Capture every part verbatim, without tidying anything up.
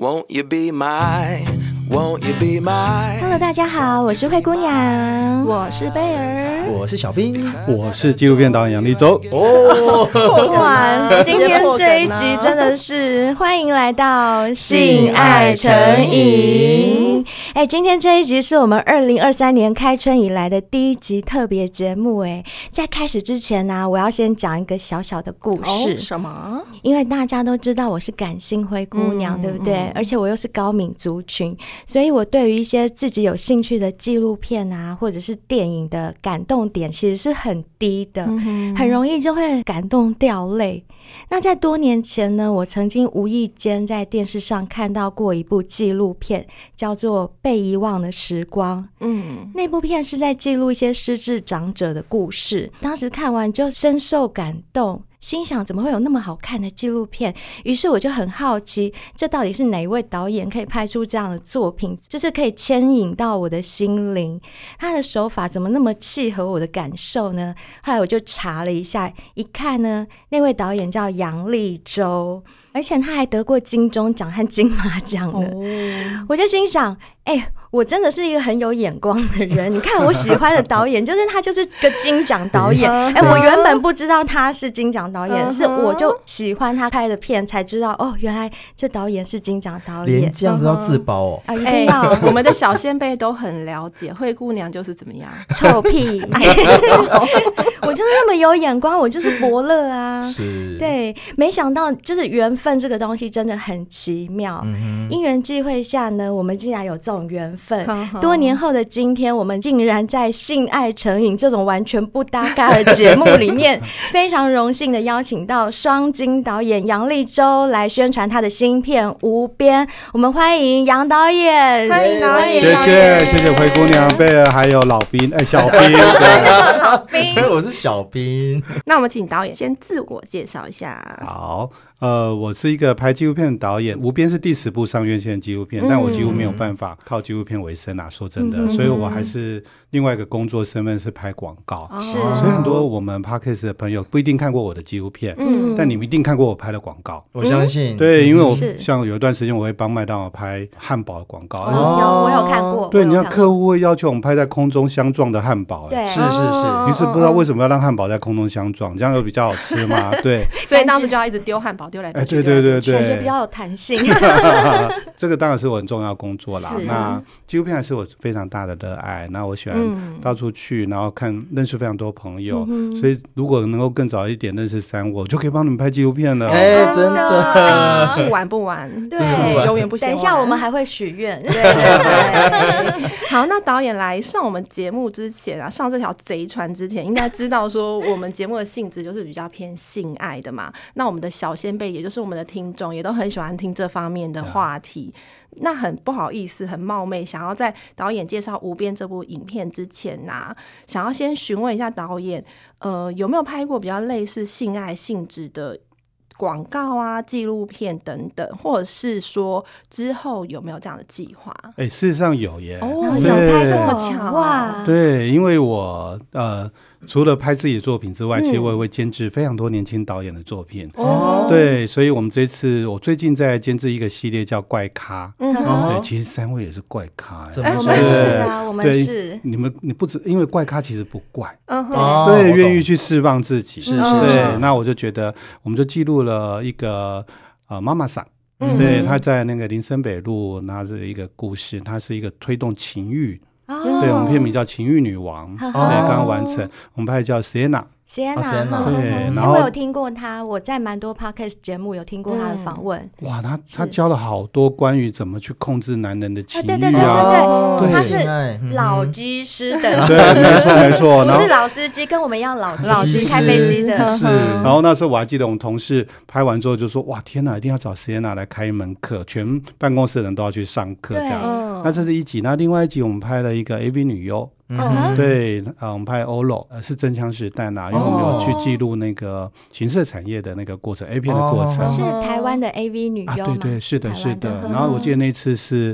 Won't you be my Won't you be my Hello， 大家好，我是灰姑娘， 我是贝儿， 我是小兵， 我是纪录片导演杨立洲。 哦， 哇，今天这一集真的是欢迎来到性爱成瘾。哎，今天这一集是我们二零二三年开春以来的第一集特别节目。哎，在开始之前呢、啊，我要先讲一个小小的故事。 哦、什么？ 因为大家都知道我是感性灰姑娘，嗯、对不对、嗯？而且我又是高敏族群，所以我对于一些自己有兴趣的纪录片啊，或者是电影的感动点其实是很低的，嗯、很容易就会感动掉泪。那在多年前呢，我曾经无意间在电视上看到过一部纪录片，叫做《被遗忘的时光》。嗯，那部片是在记录一些失智长者的故事，当时看完就深受感动。心想怎么会有那么好看的纪录片，于是我就很好奇，这到底是哪一位导演可以拍出这样的作品，就是可以牵引到我的心灵，他的手法怎么那么契合我的感受呢？后来我就查了一下，一看呢，那位导演叫杨立洲，而且他还得过金钟奖和金马奖呢、哦、我就心想哎、欸我真的是一个很有眼光的人，你看我喜欢的导演就是他，就是个金奖导演。哎、欸，我原本不知道他是金奖导演，是我就喜欢他拍的片才知道，哦，原来这导演是金奖导演。 连这样子要自爆哦？ 啊，一定要！ 欸、我们的小先辈都很了解，灰姑娘就是怎么样， 臭屁！我就是那么有眼光，我就是伯乐啊。 是， 对，没想到就是缘分这个东西真的很奇妙。嗯、因缘际会下呢，我们竟然有这种缘分。多年后的今天，我们竟然在性爱成瘾这种完全不搭嘎的节目里面，非常荣幸的邀请到双金导演杨立洲来宣传他的新片《无边》。我们欢迎杨导演， 欢迎导演， 谢谢谢谢灰姑娘、贝儿还有老兵，哎，小兵， 老兵， 我是小兵。 那我们请导演先自我介绍一下。 好。呃，我是一个拍纪录片的导演，无边是第十部上院线的纪录片、嗯，但我几乎没有办法靠纪录片为生啊，说真的、嗯，所以我还是另外一个工作身份是拍广告， 是， 所以很多我们 Podcast 的朋友不一定看过我的纪录片，嗯，但你们一定看过我拍的广告， 我相信， 对，因为我像有一段时间我会帮麦当劳拍汉堡的广告， 哦，有我有看过， 对，你看客户会要求我们拍在空中相撞的汉堡， 对， 是是是， 你是不知道为什么要让汉堡在空中相撞，这样又比较好吃吗？对， 所以当时就要一直丢汉堡丢来丢去， 哎，对对对。对对， 感觉比较有弹性这个当然是我很重要的工作啦。那纪录片还是我非常大的热爱，那我喜欢到处去、嗯、然后看认识非常多朋友、嗯、所以如果能够更早一点认识三我，我就可以帮你们拍纪录片了。 哎、欸，真的不晚不晚， 对， 永远不嫌晚。 等一下我们还会许愿。对对对好，那导演来上我们节目之前啊，上这条贼船之前，应该知道说我们节目的性质就是比较偏性爱的嘛。那我们的小先辈，也就是我们的听众，也都很喜欢听这方面的话题。那很不好意思，很冒昧，想要在导演介绍《无边》这部影片之前啊，想要先询问一下导演，呃，有没有拍过比较类似性爱性质的广告啊、纪录片等等，或者是说之后有没有这样的计划？ 哎、欸，事实上有耶， 哦，有拍这么巧哇！ 对，因为我呃。除了拍自己的作品之外、嗯、其实我也会监制非常多年轻导演的作品、哦、对，所以我们这次我最近在监制一个系列叫怪咖、嗯、对，其实三位也是怪咖， 怎么说？我们是啊，我们是你们你不止，因为怪咖其实不怪、 嗯、 对，愿意去释放自己， 是是， 对，那我就觉得我们就记录了一个呃妈妈桑，嗯、对，他在那个林森北路拿着一个故事，他是一个推动情欲， 哦、 对，我们片名叫《情欲女王》，对，刚刚完成。我们拍的叫 Sienna， Sienna， 对，然后我有听过他，我在蛮多 podcast 节目有听过他的访问。 嗯、哇，他他教了好多关于怎么去控制男人的情欲啊， 对对对对对，他是老机师的， 对，没错没错， 不是老司机，跟我们一样老机师，开飞机的。 是，然后那时候我还记得我们同事拍完之后就说，哇，天哪，一定要找 Sienna 来开一门课，全办公室的人都要去上课这样。那这是一集，那另外一集我们拍了一个 A V 女优。嗯、对、呃、我们拍欧露、呃、是真枪实弹啊，因为我们有去记录那个情色产业的那个过程、哦、A 片的过程， 是台湾的 A V 女优吗？ 啊，对对，是的是的。然后我记得那次是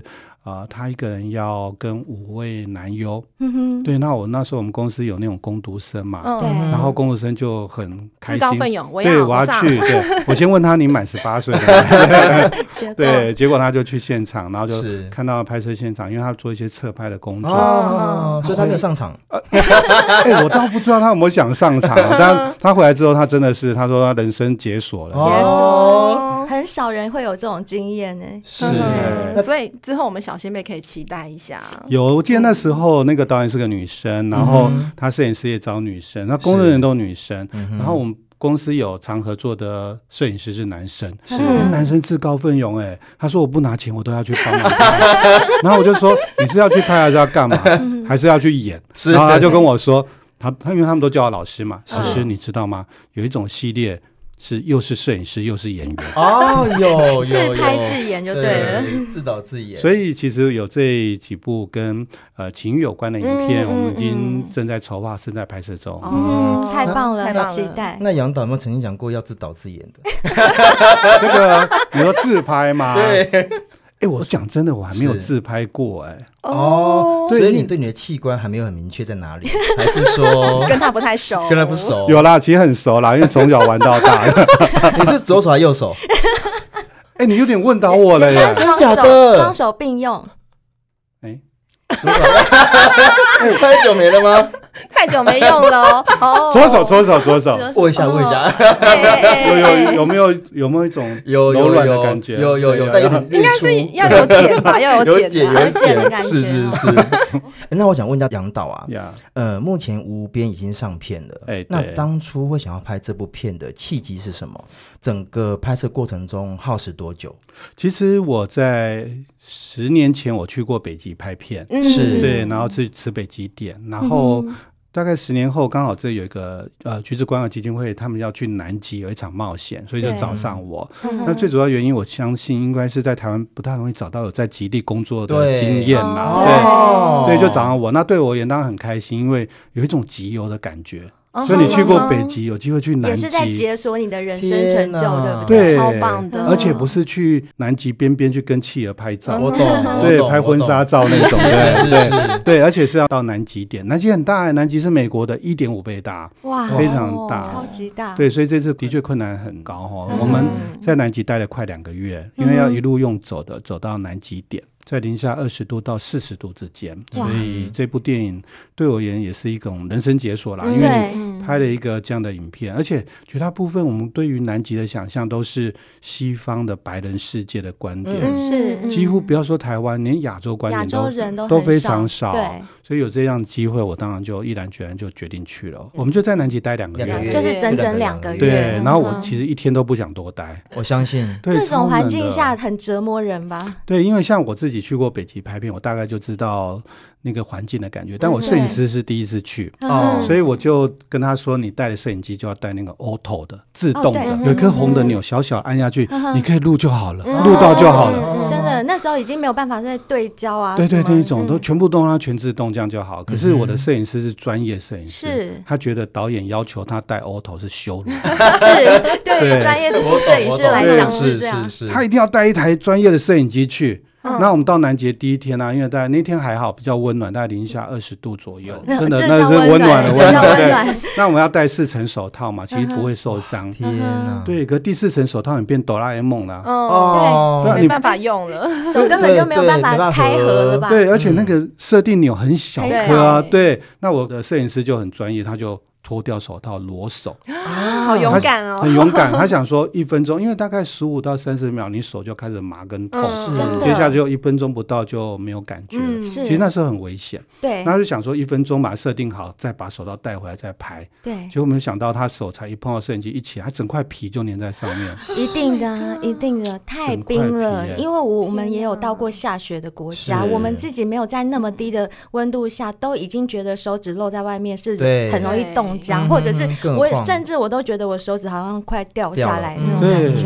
呃，他一个人要跟五位男优， 嗯哼， 对，那我那时候我们公司有那种工读生嘛， 嗯对然后工读生就很开自告心， 奋勇，我对，我要上去，对我先问他你满十八岁了没，对，结果他就去现场，然后就是看到拍摄现场，因为他做一些侧拍的工作， 哦，所以他没有上场。 哎、我倒不知道他有没有想上场，但他回来之后，他真的是他说他人生解锁了， 解哦锁，很少人会有这种经验呢。 是嗯所以之后我们小仙贝可以期待一下。 有，我记得那时候那个导演是个女生，然后他摄影师也找女生，那工作人员都女生，然后我们公司有常合作的摄影师是男生， 是那男生自告奋勇，哎，他说我不拿钱我都要去帮忙拍，然后我就说你是要去拍还是要干嘛，还是要去演？ 是然后他就跟我说，他他因为他们都叫我老师嘛，老师你知道吗？有一种系列是又是摄影师又是演员。 哦，有有自有， 拍自演就对了。 对，自导自演。 所以其实有这几部跟呃情欲有关的影片， 嗯我们已经嗯正在筹划，正在拍摄中。 嗯，太棒了，好太棒了期待。 那杨导有没有曾经讲过要自导自演的？ 这个你说自拍吗？ 对， 哎，我讲真的，我还没有是自拍过哎。 哦，所对以你对你的器官还没有很明确在哪里，还是说跟他不太熟， 跟他不熟？ 有啦，其实很熟啦，因为从小玩到大。 你是左手还是右手？ 哎，你有点问到我了耶。 双假的手双手并用， 哎， 左手？太久没了吗？ 太久没用了哦。哦左手，左手，左手。 握一下，握一下。 有有有没有有没有一种有柔软的有有感觉？ 有有有， 对但有点应该是日出要有茧吧，要有茧吧。 茧有有茧的感觉是是是。诶那我想问一下杨导啊， 呀。 呃，目前无边已经上片了， 哎对那当初会想要拍这部片的契机是什么？整个拍摄过程中耗时多久？ 其实我在十年前我去过北极拍片， 嗯是对，然后去吃北极点，然后大概十年后，刚好这有一个呃橘子关爱基金会，他们要去南极有一场冒险，所以就对找上我。 嗯那最主要原因，我相信应该是在台湾不太容易找到有在极地工作的对经验啦， 哦对对，就找上我。那对我而言当然很开心，因为有一种极游的感觉。 哦所以你去过北极，有机会去南极， 也是在解锁你的人生成就， 天哪对不对？ 对， 超棒的而且不是去南极边边去跟企鹅拍照， 我懂，我对， 懂拍婚纱照那种， 是是对是对对，而且是要到南极点，南极很大，南极是美国的一点五倍大， 哇， 非常大超级大。 对，所以这次的确困难很高哈。 嗯我们在南极待了快两个月，因为要一路用走的走到南极点。在零下二十度到四十度之间， 哇所以这部电影对我而言也是一种人生解锁啦。 嗯因为对你拍了一个这样的影片，而且绝大部分我们对于南极的想象都是西方的白人世界的观点， 嗯是几乎不要说台湾，连亚洲观亚点都洲人都都非很少常少。 对， 所以有这样的机会，我当然就毅然决然就决定去了。我们就在南极待两个月， 两个月就是整整两个月。 对，然后我嗯其实一天都不想多待。 我相信。 对， 那种环超冷的境下很折磨人吧？ 对，因为像我自己去过北极拍片，我大概就知道那个环境的感觉。但我摄影师是第一次去， 哦嗯所以我就跟他说：“你带的摄影机就要带那个 auto 的自动的， 哦对有一颗红的钮，小小按下去， 嗯你可以录就好了，录到就好了。 真的，那时候已经没有办法再对焦啊。 对对， 什么那一种都嗯全部都让它全自动，这样就好。可是我的摄影师是专业摄影师， 是他觉得导演要求他带 auto 是羞辱， 是对对于专业的摄影师来讲是这样。 是是， 他一定要带一台专业的摄影机去。 嗯那我们到南极的第一天呢、啊，因为大概那天还好，比较温暖，大概零下二十度左右， 嗯真的那这叫是温暖的这叫暖。对， 温暖。 那我们要戴四层手套嘛，其实不会受伤。 天哪！ 对，可第四层手套你变哆啦 A 梦啦。 哦， 哦， 对你没办法用了。 手根本就没有办法开合了吧？ 对，而且那个设定钮很小很颗啊。 小对，那我的摄影师就很专业，他就脱掉手套裸手， 好勇敢哦！ 很勇敢。他想说一分钟，因为大概十五到三十秒，你手就开始麻跟痛， 嗯真的接下来就一分钟不到就没有感觉了。 嗯是其实那时候很危险， 对那就想说一分钟把它设定好，再把手套带回来再拍。 对， 结果没有想到他手才一碰到摄影机一起来，他整块皮就粘在上面。 一定的啊，一定的，太冰了整块。皮耶因为我们也有到过下雪的国家， 是我们自己没有在那么低的温度下，都已经觉得手指露在外面是对很容易冻僵， 嗯或者是更何况我甚至我都觉得我手指好像快掉下来那种对感觉。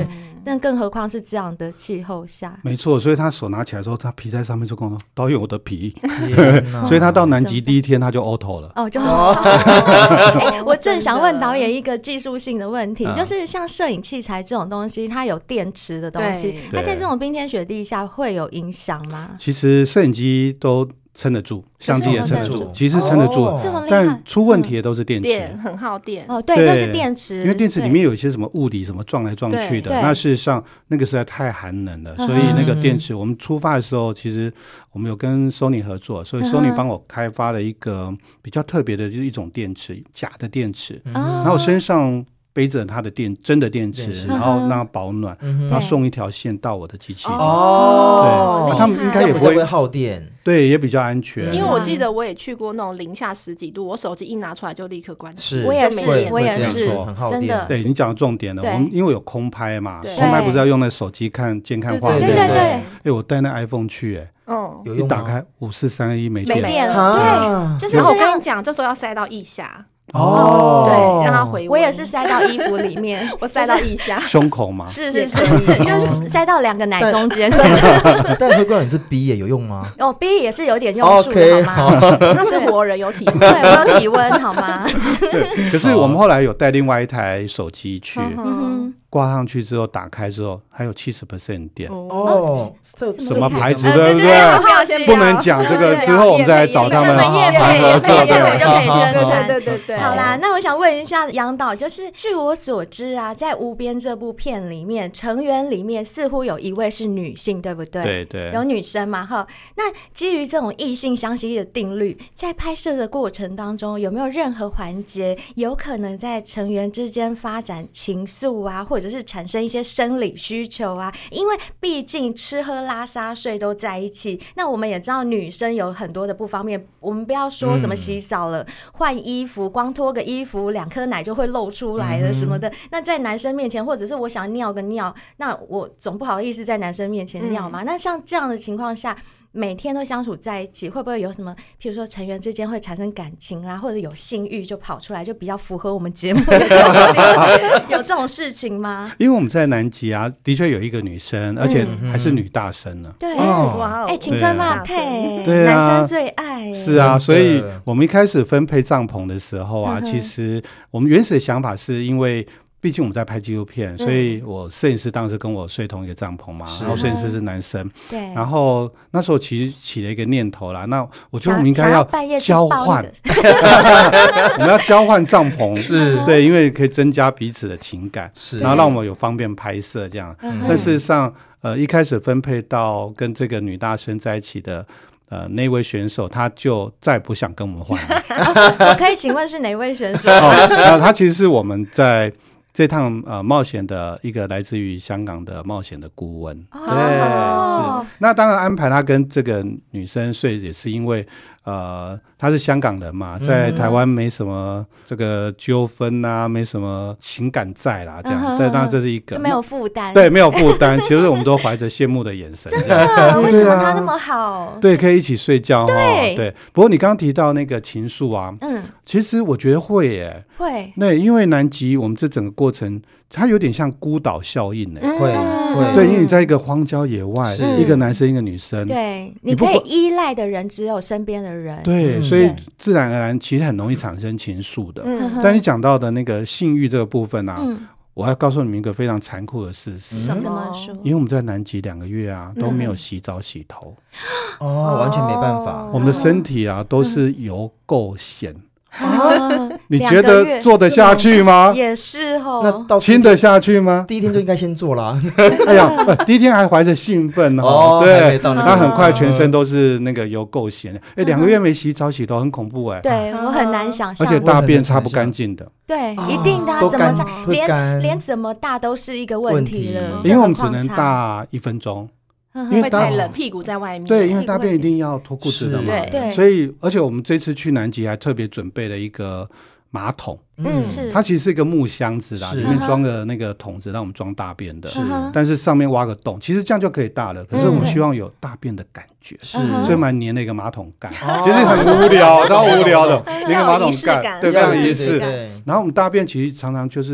但更何况是这样的气候下。 没错，所以他手拿起来之后，他皮在上面就跟我说导演我的皮，对，所以他到南极第一天他就 auto 了。 哦，就、欸、我正想问导演一个技术性的问题， 嗯、 就是像摄影器材这种东西，它有电池的东西，它在这种冰天雪地下会有影响吗？ 其实摄影机都撑得住，相机也撑得住，其实撑得住、 哦， 但出问题的都是电池， 电很耗电哦，对，都是电池， 因为电池里面有一些什么物理什么撞来撞去的，那事实上那个实在太寒冷了，所以那个电池，我们出发的时候，其实我们有跟 Sony 合作，所以 Sony 帮我开发了一个比较特别的，就是一种电池，假的电池，嗯、然后身上背着它的电真的电池，然后让它保暖，然后送一条线到我的机器。 哦， 对，他们应该也不会耗电， 对，也比较安全。 因为我记得我也去过那种零下十几度，我手机一拿出来就立刻关机。 我也是，我也是，真的。 对，你讲的重点了，我们因为有空拍嘛，空拍不是要用那手机看监看画面？ 对对对。 哎，我带那 iPhone 去，哎。 嗯， 一打开五四三二一没电， 没电，对，就是我跟你讲，这时候要塞到腋下。 哦， 对，让它回温。 我也是塞到衣服里面， 我塞到腋下， 胸口吗？ 是是是，就是塞到两个奶中间。 但灰姑娘你是 B 也有用吗？ 哦 ，B 也是有点用处的，好吗？ 它是活人，有体温， 对，我有体温，好吗？ 对，可是我们后来有带另外一台手机去。挂上去之后，打开之后还有七十 percent 电哦， 什么牌子对不对？不能讲这个，之后我们再来找他们谈合作， 对，就可以宣传。 对对对。 好啦，那我想问一下杨导，就是据我所知啊，在《无边》这部片里面，成员里面似乎有一位是女性，对不对？ 对对， 有女生嘛？哈，那基于这种异性相吸的定律，在拍摄的过程当中，有没有任何环节有可能在成员之间发展情愫啊，或或者是产生一些生理需求啊，因为毕竟吃喝拉撒睡都在一起。那我们也知道女生有很多的不方便，我们不要说什么洗澡了、换、嗯、衣服，光脱个衣服两颗奶就会露出来了什么的、嗯、那在男生面前，或者是我想尿个尿，那我总不好意思在男生面前尿嘛、嗯、那像这样的情况下，每天都相处在一起，会不会有什么譬如说成员之间会产生感情啦，或者有性欲就跑出来，就比较符合我们节目的有这种事情吗？ 因为我们在南极啊，的确有一个女生，而且还是女大生呢、 嗯、对、 哦、 哇，哎、欸，青春骂配， 对啊， 男生最爱， 是啊，所以我们一开始分配帐篷的时候啊、嗯、其实我们原始的想法是因为毕竟我们在拍纪录片、嗯、所以我摄影师当时跟我睡同一个帐篷嘛，然后摄影师是男生，对，然后那时候其实起了一个念头啦，那我觉得我们应该要交换我们要交换帐篷，是对，因为可以增加彼此的情感，是，然后让我们有方便拍摄这样、嗯、但事实上呃，一开始分配到跟这个女大生在一起的呃，那位选手他就再不想跟我们换了、 哦、我可以请问是哪位选手？ 哦、他其实是我们在这趟呃冒险的一个来自于香港的冒险的顾问， 哦、 对，是。那当然安排他跟这个女生睡，也是因为呃他是香港人嘛，在台湾没什么这个纠纷啊，没什么情感在啦，这样。嗯、但当然这是一个就没有负担， 对，没有负担。其实我们都怀着羡慕的眼神， 真的？为什么他那么好？ 对，可以一起睡觉， 对、哦、 对。不过你刚刚提到那个情愫啊，嗯，其实我觉得会耶， 会。 对，因为南极我们这整个过程，它有点像孤岛效应呢、 嗯，会会。 对，因为你在一个荒郊野外，一个男生一个女生， 对，你可以依赖的人只有身边的人， 对，嗯、所以自然而然其实很容易产生情愫的。嗯，但你讲到的那个性欲这个部分啊。嗯，我要告诉你们一个非常残酷的事实。 怎么说？ 因为我们在南极两个月啊都没有洗澡洗头， 哦，完全没办法。 我们的身体啊都是油垢咸。啊、你觉得做得下去吗？ 也是哦， 那到亲得下去吗？ 第一天就应该先做啦。 哎呀、呃，第一天还怀着兴奋哦，对，那很快全身都是那个油垢咸。哎、欸，两个月没洗澡洗头很恐怖哎、欸。 对我很难想象， 而且大便擦不干净的。 对，一定的、啊，怎么擦？连连怎么大都是一个问题了。 因为我们只能大一分钟。 因为太冷，屁股在外面。 对，因为大便一定要脱裤子的嘛。对，所以而且我们这次去南极还特别准备了一个马桶，嗯，是它其实是一个木箱子啦，里面装了那个桶子让我们装大便的，是，但是上面挖个洞，其实这样就可以大了。可是我们希望有大便的感觉，是，所以我们粘了一个马桶盖，其实很无聊，超无聊的，那个马桶盖，对，非常仪式。然后我们大便其实常常就是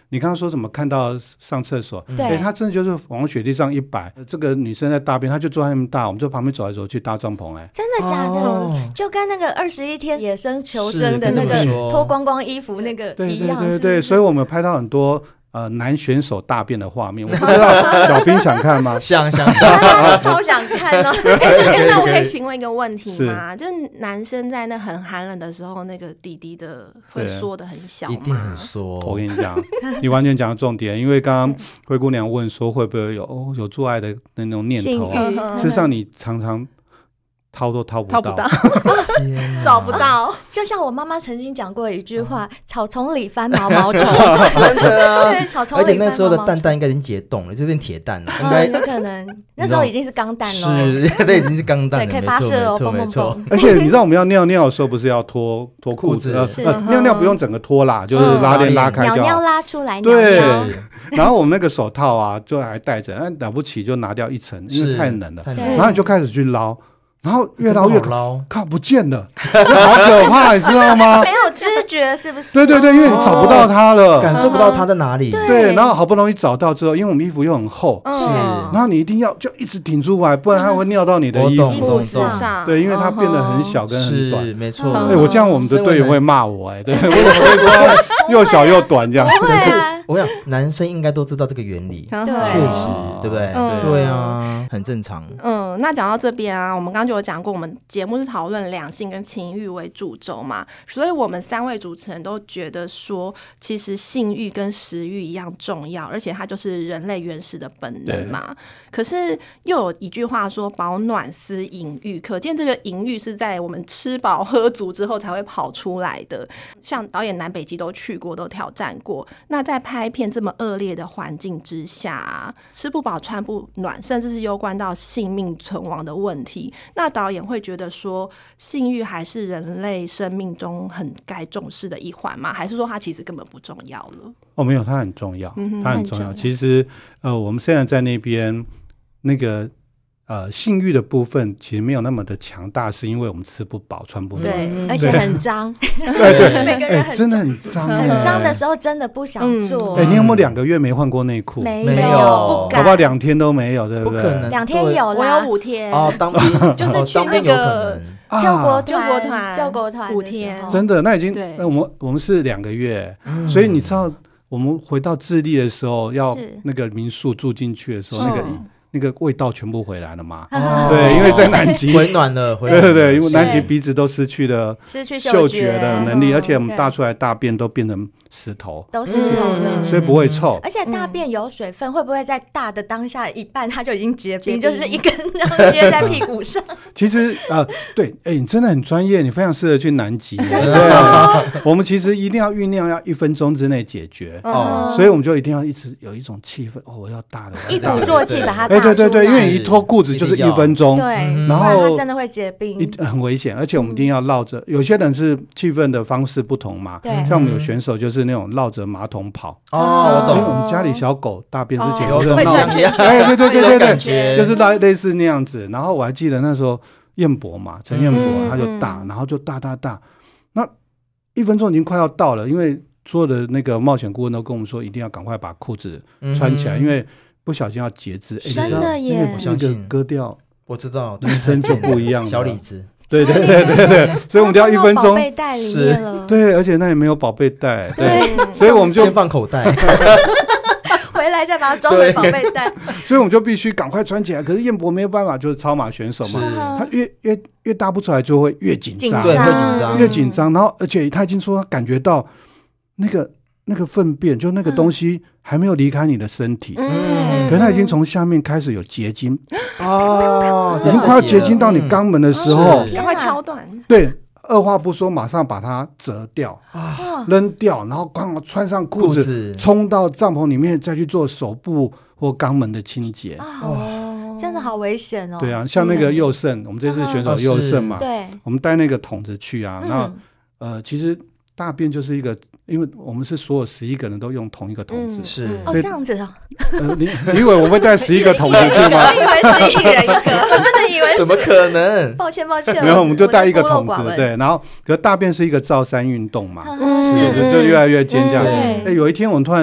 你刚刚说怎么看到上厕所？ 对、 欸，他真的就是往雪地上一摆，这个女生在大便，她就坐在那边大，我们就旁边走来走去搭帐篷、欸，哎， 真的假的？ 哦、 就跟那个二十一天野生求生的那个脱光光衣服那个一样， 对对对对， 是是所以我们拍到很多。呃，男选手大便的画面，我不知道小兵想看吗？ 想想想， 超想看哦！ 那我可以询问一个问题吗？就是男生在那很寒冷的时候，那个弟弟的会缩得很小吗？ 一定很缩。 我跟你讲，你完全讲到重点，因为刚刚灰姑娘问说会不会有、哦、有做爱的那种念头啊？事实上，你常常。掏都掏不到， 掏不到找不到。 就像我妈妈曾经讲过一句话：“草丛里翻毛毛虫。” 真的啊！ 对，草丛里翻毛毛虫。 而且那时候的蛋蛋应该已经解冻了，就变铁蛋了，应该有可能。那时候已经是钢蛋了， 是，那已经是钢蛋了， 对，可以发射哦， 没错没错。 而且你知道我们要尿尿的时候，不是要脱脱裤子？呃，尿尿不用整个脱啦，就是拉链拉开就好。 尿尿拉出来， 对。然后我们那个手套啊，就还戴着，那了不起就拿掉一层，因为太冷了。然后你就开始去捞。然后越捞越捞， 靠不见了，好可怕，你知道吗？ 没有知觉是不是？ 对对对，因为你找不到它了， 感受不到它在哪里。 对，然后好不容易找到之后，因为我们衣服又很厚， 是， 然后你一定要就一直挺出来，不然它会尿到你的衣服上。 对，因为它变得很小跟很短， 是没错。 哎，我这样我们的队员会骂我，哎，对，为什么会说又小又短这样？ 不会啊， 我想男生应该都知道这个原理，确实，对不对？对啊，很正常。 嗯，那讲到这边啊，我们刚刚就有讲过，我们节目是讨论两性跟情欲为主轴嘛，所以我们三位主持人都觉得说，其实性欲跟食欲一样重要，而且它就是人类原始的本能嘛。可是又有一句话说，饱暖思淫欲，可见这个淫欲是在我们吃饱喝足之后才会跑出来的。像导演南北极都去过，都挑战过。那在拍片这么恶劣的环境之下、啊，吃不饱穿不暖，甚至是攸关到性命存亡的问题，那导演会觉得说，性欲还是人类生命中很该重视的一环吗？还是说它其实根本不重要了？ 哦，没有，它很重要， 嗯、 它很重要。很重要其实，呃，我们现在在那边那个。呃，性欲的部分其实没有那么的强大，是因为我们吃不饱穿不暖， 对，而且很脏， 对对， 每个人很、 欸、真的很脏、欸， 很脏的时候真的不想做。 哎、嗯欸，你有没有两个月没换过内裤？ 没有， 不敢， 搞不好两天都没有，对不对？ 不可能， 两天有啦， 我有五天哦，当兵就是去那个救国救国团， 救国团五天， 真的，那已经，那我们我们是两个月、嗯，所以你知道，我们回到智利的时候，要那个民宿住进去的时候，那个。那个味道全部回来了嘛？ 哦、 对，因为在南极回暖了，回暖了对对对，因为南极鼻子都失去了失去嗅觉的能力， 嗯、 而且我们大出来大便都变成石头， 都石头了、 嗯，所以不会臭。 而且大便有水分，会不会在大的当下一半它就已经结冰，就是一根这样接在屁股上？ 其实呃，对，哎、欸，你真的很专业，你非常适合去南极。 真的吗？ 我们其实一定要酝酿，要一分钟之内解决，哦，所以我们就一定要一直有一种气氛，哦，我要大的， 一鼓作气把它大。 哎，对对对，因为你一脱裤子就是一分钟， 对， 然后它真的会结冰， 很危险，而且我们一定要绕着。有些人是气氛的方式不同嘛， 对， 像我们有选手就是那种绕着马桶跑。 哦，我懂。 我们家里小狗大便之前有会绕， 哎，对对对对对，就是类类似那样子。然后我还记得那时候彦博嘛，陈彦博他就大，然后就大大大，那一分钟已经快要到了，因为所有的那个冒险顾问都跟我们说，一定要赶快把裤子穿起来，因为不小心要截肢， 真的耶！ 我相信割掉， 我知道， 女生就不一样了， 小李子， 对对对对对，所以我们就要一分钟。 宝贝袋里面了， 对，而且那也没有宝贝袋，对，所以我们就先放口袋， 回来再把它装回宝贝袋， 所以我们就必须赶快穿起来。可是彦博没有办法，就是超马选手嘛，他越越越大不出来，就会越紧张， 对，会紧张， 越紧张。然后，而且他已经说他感觉到那个。那个粪便就那个东西还没有离开你的身体，嗯，可是它已经从下面开始有结晶哦， 已经快要结晶到你肛门的时候， 赶快敲断。 对，二话不说，马上把它折掉、扔掉，然后刚好穿上裤子，冲到帐篷里面，再去做手部或肛门的清洁。 哦，真的好危险哦。 对啊，像那个佑胜，我们这次选手佑胜嘛， 对， 我们带那个桶子去啊，那呃，其实大便就是一个。因为我们是所有十一个人都用同一个桶子， 嗯、 是哦这样子哦。 呃、你你以为我会带十一个桶子去吗？ 我以为是一人一个，我真的以为是。 怎么可能？ 抱歉抱歉。 没有，我们就带一个桶子，对。然后，可是大便是一个造山运动嘛， 嗯、 是就就越来越尖这样。哎、 嗯， 有一天我们突然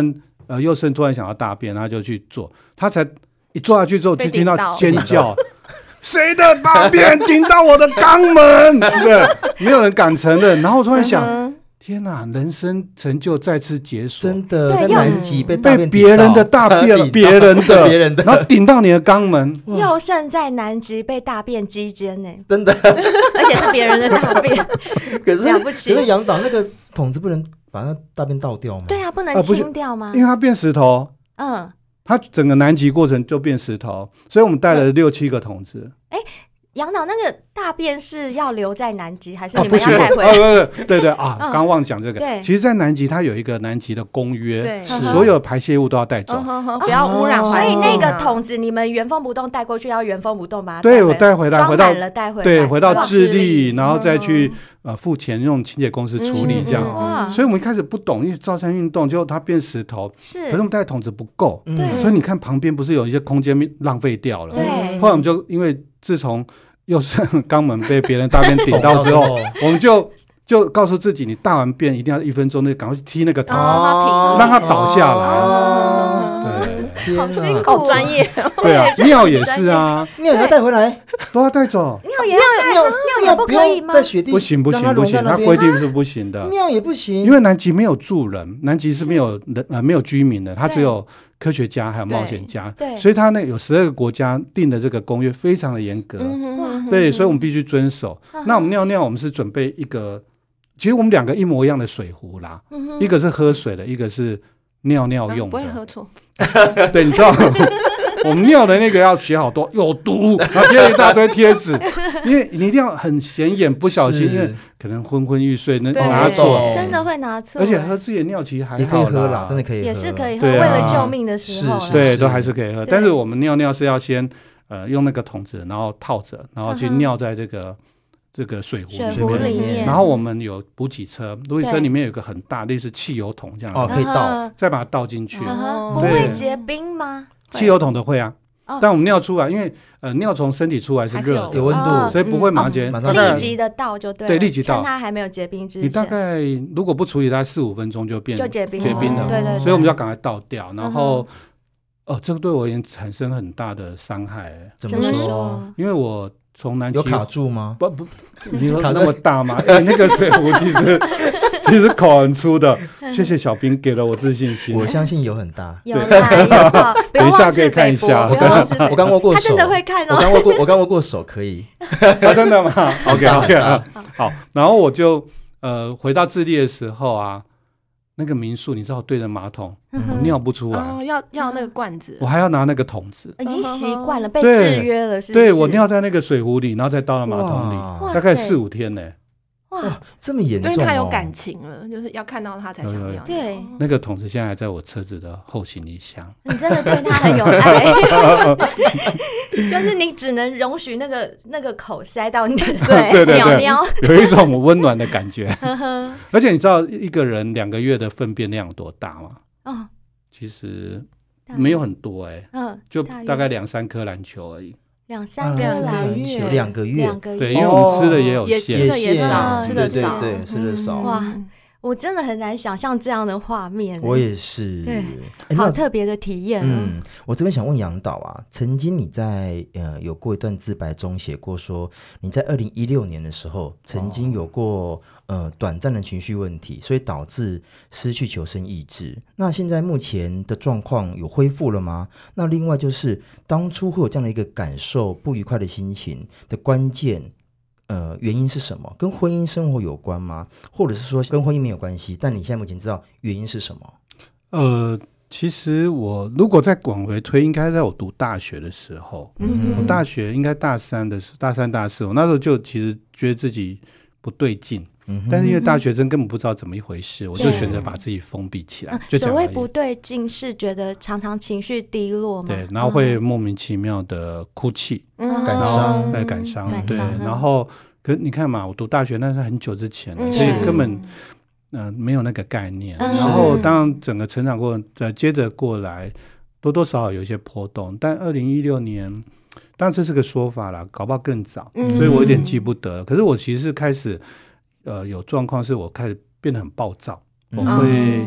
呃佑胜突然想要大便，他就去做，他才一坐下去之后就听到尖叫。谁的大便顶到我的肛门？对，没有人敢承认。然后我突然想，天哪，人生成就再次解锁， 真的在南极被大便被别人的大便，别人的，别人的，然后顶到你的肛门。 佑胜在南极被大便击奸呢， 真的， 而且是别人的大便， 可是了不起。 可是杨导那个桶子不能把那大便倒掉吗？ 对啊，不能清掉吗？ 因为它变石头。 嗯。 它整个南极过程就变石头，所以我们带了六七个桶子。 哎、欸，杨导，那个大便是要留在南极，还是你们要带回来？ 哦、不不对对啊，刚、嗯、忘讲这个。 对， 其实，在南极它有一个南极的公约， 对， 所有排泄物都要带走， 嗯、不要污染、哦。 所以那个桶子你们原封不动带过去，要原封不动把它对我带回来， 装满了带回来， 对，回到智利，然后再去。呃，付钱用清洁公司处理这样、嗯，所以我们一开始不懂，因为造山运动就它变石头， 是， 可是我们带的桶子不够， 对， 所以你看旁边不是有一些空间浪费掉了， 对。 后来我们就因为自从又是肛门被别人大便顶到之后，我们就就告诉自己，你大完便一定要一分钟内赶快去踢那个桶， 哦、 让它倒下来。 哦、 对， 好辛苦， 好专业。 对啊，尿也是啊， 尿也要带回来， 都要带走。 尿也要尿，尿也不可以吗？ 在雪地不行不行不行，它规定是不行的。 尿也不行， 因为南极没有住人，南极是没有人呃没有居民的，它只有科学家还有冒险家，所以它那有十二个国家定的这个公约非常的严格，嗯、对，所以我们必须遵守。嗯、那我们尿尿，我们是准备一个，其实我们两个一模一样的水壶啦，嗯、一个是喝水的，一个是尿尿用的，啊、 不会喝错。 对，你知道。我们尿的那个要写好多有毒，然后贴了一大堆贴纸，因为你一定要很显眼，不小心，因为可能昏昏欲睡，那拿错， 真的会拿错。 而且喝自己的尿其实还好啦， 你可以喝啦，真的可以喝， 也是可以喝，为了救命的时候， 对，都还是可以喝。但是我们尿尿是要先呃用那个桶子，然后套着，然后去尿在这个这个水壶水壶里面。 然后我们有补给车，补给车里面有一个很大类似汽油桶这样， 哦，可以倒， 再把它倒进去， 不会结冰吗？ 汽油桶的会啊，哦、但我们尿出来，因为呃尿从身体出来是热的， 有温度，哦、 所以不会马上结、 嗯哦、立即的倒就对了， 对，立即倒， 趁它还没有结冰之前， 你大概如果不处理，大概四五分钟就变就结冰结冰了， 哦、对, 对对， 所以我们要赶快倒掉，然后、嗯、哦，这个对我而言产生很大的伤害， 怎么说？ 因为我从南极有卡住吗？ 不不，你说那么大吗？哎、欸，那个水壶其实。其实口很粗的，谢谢小兵给了我自信心。 我相信有很大， 有啦有， 等一下可以看一下。 我刚握过手， 他真的会看哦。 我刚握过，我刚握过手，可以。 啊，真的吗 ？OK OK， 好。然后我就呃回到智利的时候啊，那个民宿你知道，对着马桶，我尿不出来， 哦，要要那个罐子， 我还要拿那个桶子， 已经习惯了，被制约了，是不是？ 对，我尿在那个水壶里，然后再倒到马桶里，大概四五天呢。 哇，这么严重、哦！ 因为他有感情了，就是要看到他才想尿。 对， 那个桶子现在还在我车子的后行李箱。 你真的对他很有爱，就是你只能容许那个那个口塞到你的对对尿尿， 有一种温暖的感觉。而且你知道一个人两个月的粪便量有多大吗？哦，其实没有很多哎、欸，嗯，就大概两三颗篮球而已。 两三个篮月， 两个月， 两个月， 对，因为我们吃的也有限， 吃的也少，吃的少，对，吃的少。 哇，我真的很难想象这样的画面。 我也是， 对，好特别的体验。 嗯，我这边想问杨导啊，曾经你在呃有过一段自白中写过说，你在二零一六年的时候曾经有过呃短暂的情绪问题，所以导致失去求生意志。那现在目前的状况有恢复了吗？那另外就是当初会有这样的一个感受不愉快的心情的关键。呃，原因是什么？跟婚姻生活有关吗？或者是说跟婚姻没有关系？但你现在目前知道原因是什么？ 呃，其实我如果再往回推，应该在我读大学的时候，嗯，我大学应该大三的时候，大三大四，我那时候就其实觉得自己不对劲。嗯、但是因为大学生根本不知道怎么一回事，我就选择把自己封闭起来。 嗯、 就所谓不对劲是觉得常常情绪低落吗？ 对，然后会莫名其妙的哭泣、 嗯、 感伤， 对，感伤，对， 嗯、 然后可是你看嘛，我读大学那是很久之前了、嗯，所以根本呃没有那个概念。嗯、然后当然整个成长过程，呃，接着过来多多少少有一些波动，但二零一六年，当然这是个说法啦，搞不好更早，嗯、所以我有点记不得了。可是我其实是开始。呃，有状况是我开始变得很暴躁，我会、嗯、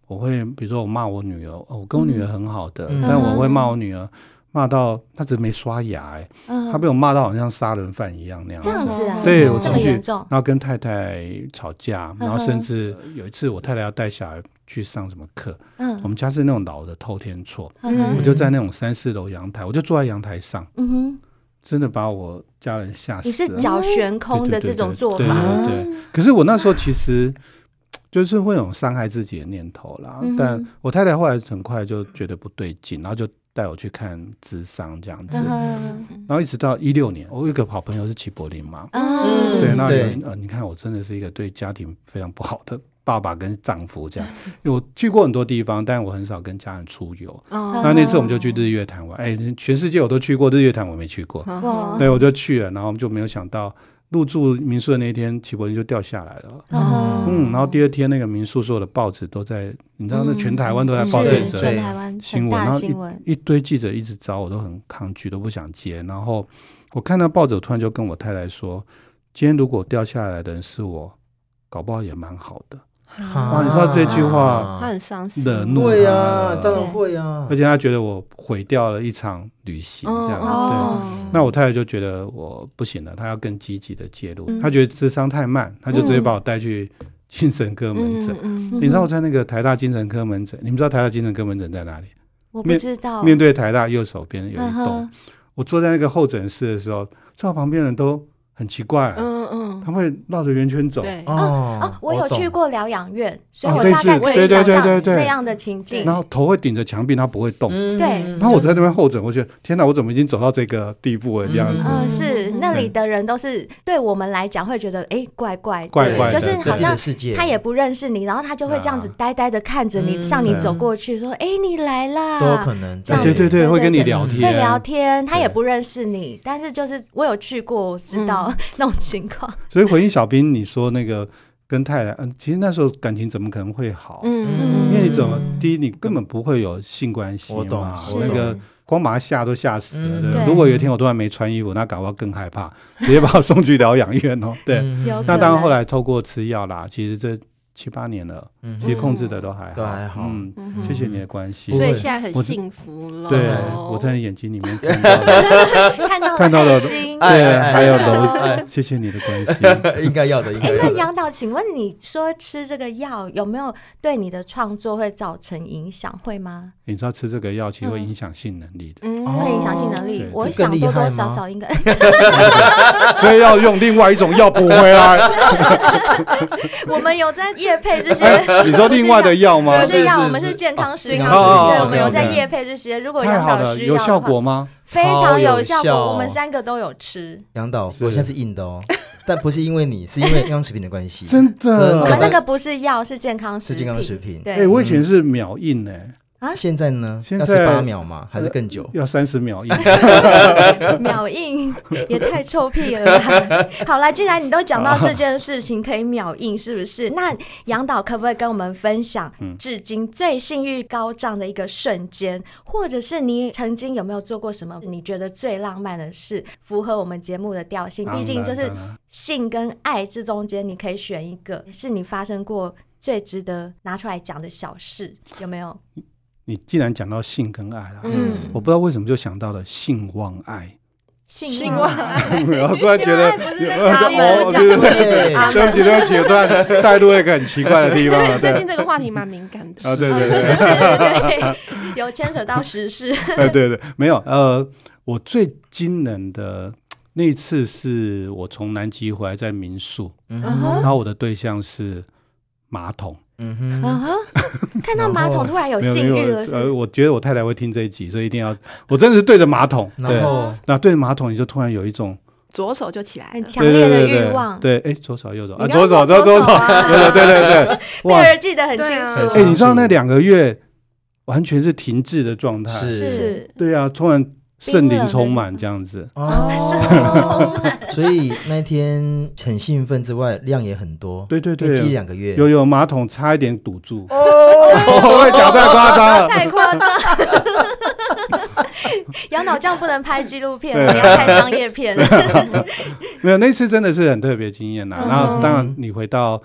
我会比如说我骂我女儿，哦、我跟我女儿很好的， 嗯、 但我会骂我女儿。骂到她只是没刷牙哎、欸，嗯、她被我骂到好像杀人犯一样那样子。 这样子啊？ 对，我这么严重。 然后跟太太吵架，然后甚至有一次我太太要带小孩去上什么课，嗯，我们家是那种老的透天厝，嗯，我就在那种三四楼阳台，我就坐在阳台上，嗯哼，真的把我家人吓死了。 你是脚悬空的这种做法？ 对对 对, 对, 对。可是我那时候其实就是会有伤害自己的念头啦，嗯、但我太太后来很快就觉得不对劲，然后就带我去看諮商这样子，嗯、然后一直到一六年，我有一个好朋友是齐柏林嘛，嗯、对，那有呃，你看我真的是一个对家庭非常不好的爸爸跟丈夫这样，因为我去过很多地方，但我很少跟家人出游。哦、那那次我们就去日月潭玩，哎，全世界我都去过，日月潭我没去过，哦、对，我就去了，然后我们就没有想到。入住民宿的那一天，齐柏林就掉下来了。哦、嗯，然后第二天那个民宿所有的报纸都在，你知道，那全台湾都在报这则新闻，然后 一, 一堆记者一直找我，都很抗拒，都不想接。然后我看到报纸，我突然就跟我太太说：“今天如果掉下来的人是我，搞不好也蛮好的。”哇，你知道这句话， 他很伤心， 惹怒他会啊，当然会啊， 而且他觉得我毁掉了一场旅行，这样、哦、对。那我太太就觉得我不行了，她要更积极的介入，她、嗯、觉得諮商太慢，她就直接把我带去精神科门诊。嗯嗯、你知道我在那个台大精神科门诊，你们知道台大精神科门诊在哪里？ 我不知道。 面, 面对台大右手边有一栋，嗯、我坐在那个候诊室的时候，在我旁边人都很奇怪，嗯嗯，他会绕着圆圈走。 对，哦哦，我有去过疗养院，所以我大概可以想象那样的情境。 然后头会顶着墙壁，他不会动。 对。 然后我在那边候诊，我觉得天哪，我怎么已经走到这个地步了？这样子。 嗯，是那里的人都是对我们来讲会觉得哎怪怪怪怪的，就是好像他也不认识你，然后他就会这样子呆呆的看着你，向你走过去说：“哎，你来啦。” 都有可能。 对对对，会跟你聊天， 会聊天。他也不认识你，但是就是我有去过，我知道。那种情况， 所以回应小兵你说那个跟太太，嗯，其实那时候感情怎么可能会好？嗯，因为你怎么第一你根本不会有性关系嘛，我懂，我那个光把他吓都吓死了。嗯、如果有一天我突然没穿衣服，那搞不好更害怕，直接把我送去疗养院哦。对，嗯、那当然后来透过吃药啦，其实这七八年了，嗯、其实控制的都还好， 都还好。 嗯，嗯谢谢你的关心， 所以现在很幸福了。 对，我在你眼睛里面看到了， 看到了看到了心， 对，还有楼，谢谢你的关心， 应该要的，应该要的。 哎，那杨导，请问你说吃这个药有没有对你的创作会造成影响？会吗？ 你知道吃这个药其实会影响性能力的， 嗯，会影响性能力。我想多多少少应该， 所以要用另外一种药补回来。 我们有在业配这些， 你说另外的药吗？ 不是药，我们是健康食品，对，我们有在业配这些。如果杨导需要， 有效果吗？ 非常有效果，我们三个都有吃。 杨导，我现在是硬的哦，但不是因为你，是因为健康食品的关系。 真的， 我们那个不是药，是健康食品， 是健康食品。 对， 哎，我以前是秒硬哎。 啊， 现在呢？现在要十八秒吗？还是更久？ 要三十秒印。 秒印也太臭屁了啦。好啦，既然你都讲到这件事情可以秒印，是不是？那杨导可不可以跟我们分享至今最性欲高涨的一个瞬间，嗯、或者是你曾经有没有做过什么你觉得最浪漫的事，符合我们节目的调性？毕竟就是性跟爱之中间，你可以选一个，是你发生过最值得拿出来讲的小事，有没有？ 你既然讲到性跟爱了，嗯，我不知道为什么就想到了性望爱。 性望爱， 我突然觉得， 不是在他们讲的， 对不起对不起，我突然带入一个很奇怪的地方了。 最近这个话题蛮敏感的啊，对对对，有牵扯到时事。 对对对，没有，呃，我最惊人的那一次是我从南极回来，在民宿，然后我的对象是马桶。 嗯哼，看到马桶突然有性欲了是， 呃，我觉得我太太会听这一集，所以一定要，我真的是对着马桶，对，那对着马桶你就突然有一种左手就起来了， 很强烈的欲望， 对，哎，左手右手啊，左手左左手，对对对对， 贝儿记得很清楚， 哎，你知道那两个月完全是停滞的状态， 是， 对啊，突然圣灵充满这样子哦，圣灵充满，所以那天很兴奋之外，量也很多。 对对对， 积两个月， 有有马桶差一点堵住，哦，会讲太夸张了， 太夸张。杨导这样不能拍纪录片，你要拍商业片。 没有，那次真的是很特别经验啦。然后当然你回到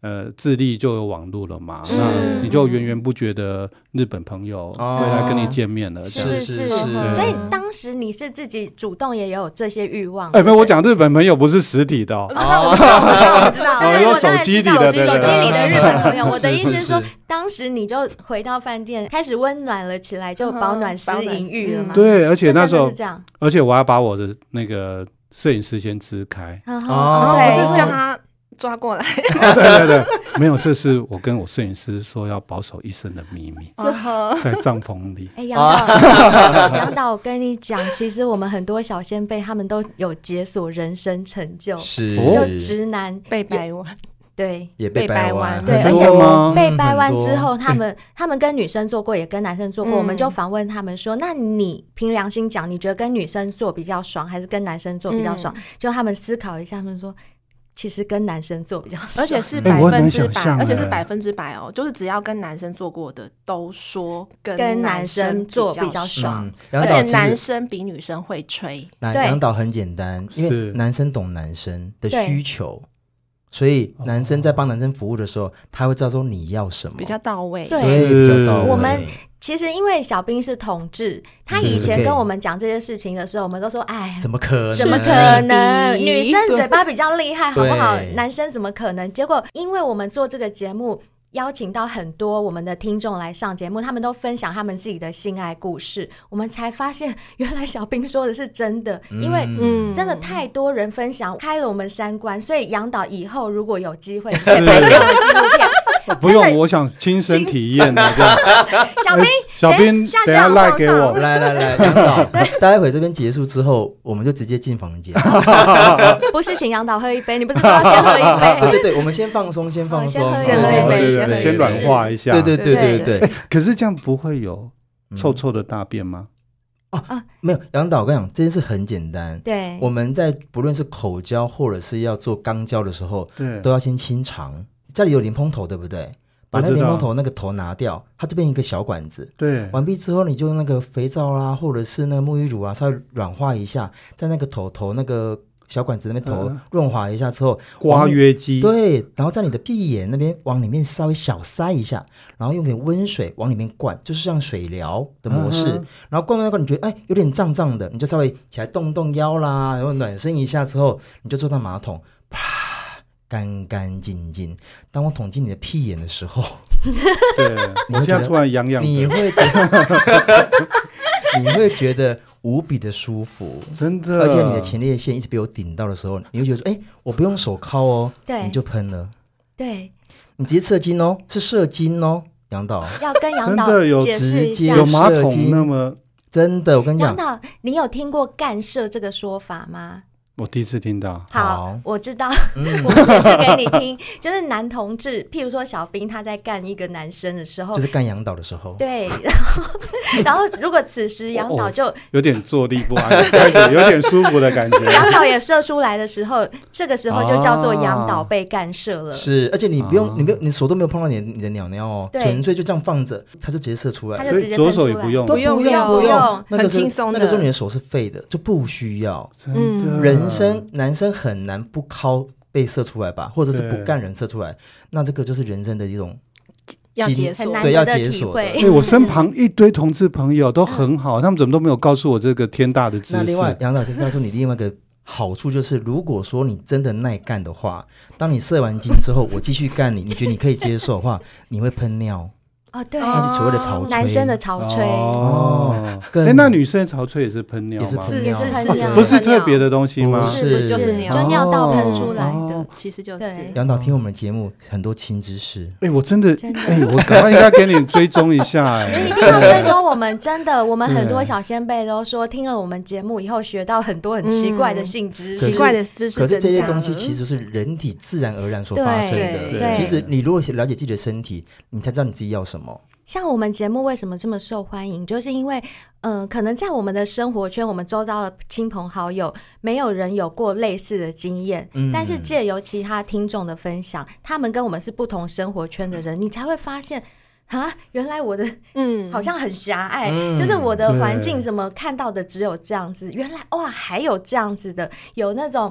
呃，智利就有网络了嘛，嗯、那你就源源不绝的日本朋友会来跟你见面了。哦、 是是是，所以当时你是自己主动也有这些欲望。 哎、欸，没有，我讲日本朋友不是实体的哦。 哦，我知道，我知道， 我有手机里的， 手机里的日本朋友。我的意思是说，当时你就回到饭店，开始温暖了起来，就饱暖思淫欲了嘛。 对，而且那时候， 这样， 而且我要把我的那个摄影师先支开。 哦，对，是叫他抓过来。 对对对，没有，这是我跟我摄影师说要保守一生的秘密，在帐篷里。 哎，杨导，杨导，我跟你讲，其实我们很多小先辈他们都有解锁人生成就， 是就直男被掰弯。 对， 也被掰弯， 对，而且被掰弯之后，他们他们跟女生做过，也跟男生做过，嗯、我们就访问他们说：“那你凭良心讲，你觉得跟女生做比较爽，还是跟男生做比较爽？”嗯、就他们思考一下，他们说。其实跟男生做比较爽， 而且是百分之百，欸、而且是百分之百哦，就是只要跟男生做过的都说跟跟男生做比较爽， 嗯、而且男生比女生会吹。 杨导很简单，因为男生懂男生的需求，所以男生在帮男生服务的时候，他会知道说你要什么， 比较到位， 对， 比较到位。 我们。其实因为小兵是同志，他以前跟我们讲这些事情的时候，我们都说哎， 怎么可能？ 怎么可能？女生嘴巴比较厉害，好不好？男生怎么可能？结果因为我们做这个节目，邀请到很多我们的听众来上节目，他们都分享他们自己的性爱故事，我们才发现原来小兵说的是真的，因为真的太多人分享，开了我们三观，所以杨导以后如果有机会可以拍这样的纪录片。 不用，我想亲身体验的。 小兵， 小兵，等下赖给我， 来来来，杨导，待会这边结束之后，我们就直接进房间。 不是请杨导喝一杯，你不是说要先喝一杯？ 对对对，我们先放松，先放松， 先喝一杯， 对对，先软化一下。 对对对对对对。 可是这样不会有臭臭的大便吗？ 哦啊，没有，杨导，我跟你讲，这件事很简单。 对， 我们在不论是口交或者是要做肛交的时候， 对， 都要先清肠。家里有莲蓬头对不对？把那莲蓬头那个头拿掉，它这边一个小管子。 对， 完毕之后你就用那个肥皂啦，或者是那个沐浴乳啊，稍微软化一下，在那个头头那个小管子那边头润滑一下之后， 刮约肌。 对，然后在你的屁眼那边往里面稍微小塞一下，然后用点温水往里面灌，就是像水疗的模式。嗯、然后灌完那个你觉得哎有点胀胀的，你就稍微起来动动腰啦，然后暖身一下之后，你就坐到马桶，啪。干干净净。当我捅进你的屁眼的时候， 对，我现在突然痒痒的， 你会觉得你会觉得无比的舒服， 真的。 而且你的前列腺一直被我顶到的时候，你会觉得说，哎、欸，我不用手铐哦， 对， 你就喷了， 对， 你直接射精哦，是射精哦，杨导要跟杨导解释一下， 有马桶那么真的，我跟你讲， 杨导，你有听过干射这个说法吗？ 我第一次听到。 好，好我知道、嗯、我们解释给你听，就是男同志譬如说小兵他在干一个男生的时候， 就是干杨导的时候， 对，然后然后如果此时杨导就、哦、 有点坐立不安，开始有点舒服的感觉， 杨导也射出来的时候，这个时候就叫做杨导被干射了、哦、 是，而且你不用、哦、你没有你手都没有碰到你的你的鸟鸟哦，纯粹就这样放着，它就直接射出来， 它就直接喷出来， 左手也不用， 不用不用不用， 很轻松的， 那个时候你的手是废的，就不需要。 嗯， 人生男生很难不靠被射出来吧，或者是不干人射出来，那这个就是人生的一种要解锁， 对，要解锁的。 对，我身旁一堆同志朋友都很好，他们怎么都没有告诉我这个天大的知识。 那另外，杨导再告诉你另外一个好处就是，如果说你真的耐干的话，当你射完精之后，我继续干你，你觉得你可以接受的话，你会喷尿。 哦，对， 那就所谓的潮吹， 男生的潮吹哦。哎、欸，那女生的潮吹也是喷尿吗？ 也是喷尿， 是喷尿， 不是特别的东西吗？ 不是，就是尿，就尿道喷出来的， 哦、其实就是。 杨导听我们的节目很多新知识， 哎、欸，我真的，哎、欸，我赶快应该给你追踪一下、欸，哎， 一定要追踪我们，真的，我们很多小先辈都说听了我们节目以后学到很多很奇怪的性知识， 奇怪的知识。 可是这些东西其实是人体自然而然所发生的。其实你如果了解自己的身体，你才知道你自己要什么。 像我们节目为什么这么受欢迎，就是因为嗯、呃，可能在我们的生活圈，我们周遭的亲朋好友没有人有过类似的经验、嗯、但是借由其他听众的分享，他们跟我们是不同生活圈的人，你才会发现啊，原来我的嗯好像很狭隘、嗯、就是我的环境怎么看到的只有这样子，原来哇还有这样子的，有那种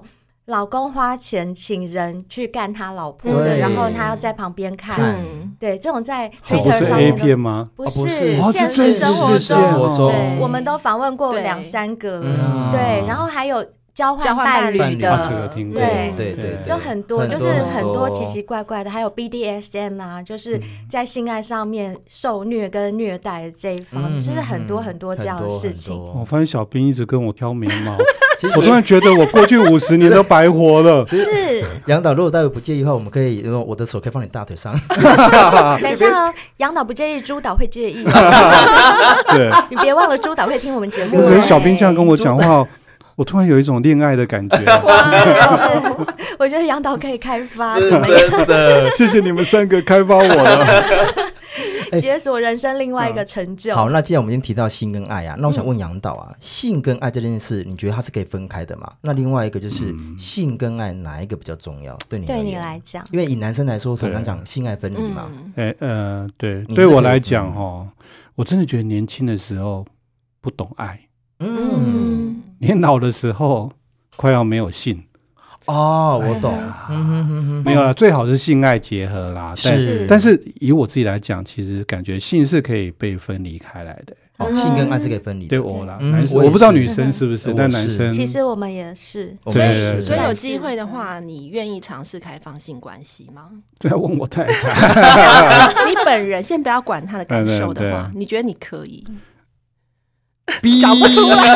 老公花钱请人去干他老婆的，然后他要在旁边看。 嗯， 对，这种在这不 Twitter 是上 A 面片吗？ 不是是， 哦现这实生活真实中， 活中对我们都访问过对两三个了。 嗯对，然后还有交换交换伴侣伴侣的， 啊，这个听过， 对对对对有很多， 很多就是很多很多奇奇怪怪的，还有 B D S M 啊，就是在性爱上面受虐跟虐待的这一方， 嗯就是很多很多这样的事很情。 多我发现小兵一直跟我挑眉毛， 其实我突然觉得我过去五十年都白活了。 是， 杨导，如果待会不介意的话，我们可以，我的手可以放你大腿上。 等一下哦，杨导不介意，朱导会介意。 对， 你别忘了，朱导会听我们节目。 可是小兵这样跟我讲话，我突然有一种恋爱的感觉。 哇，我觉得杨导可以开发，怎么样？ 真的。 谢谢你们三个开发我了。 解锁人生另外一个成就。 好，那既然我们已经提到性跟爱啊，那我想问杨导啊，性跟爱这件事，你觉得它是可以分开的吗？那另外一个就是、 嗯、 性跟爱哪一个比较重要？对你对你来讲， 因为以男生来说，常常讲性爱分离嘛。 哎、嗯、呃，对， 对对我来讲哈，我真的觉得年轻的时候不懂爱， 嗯， 年老的时候快要没有性。 哦，我懂，嗯哼哼哼，没有啦，最好是性爱结合啦。 是， 但是以我自己来讲，其实感觉性是可以被分离开来的。 哦，性跟爱是可以分离的。 对我啦， 嗯、 男生我不知道女生是不是， 嗯、 但男生其实我们也是。 对对对， 所以有机会的话，你愿意尝试开放性关系吗？ 这要问我太太。 你本人先不要管他的感受的话，你觉得你可以？ 讲不出来，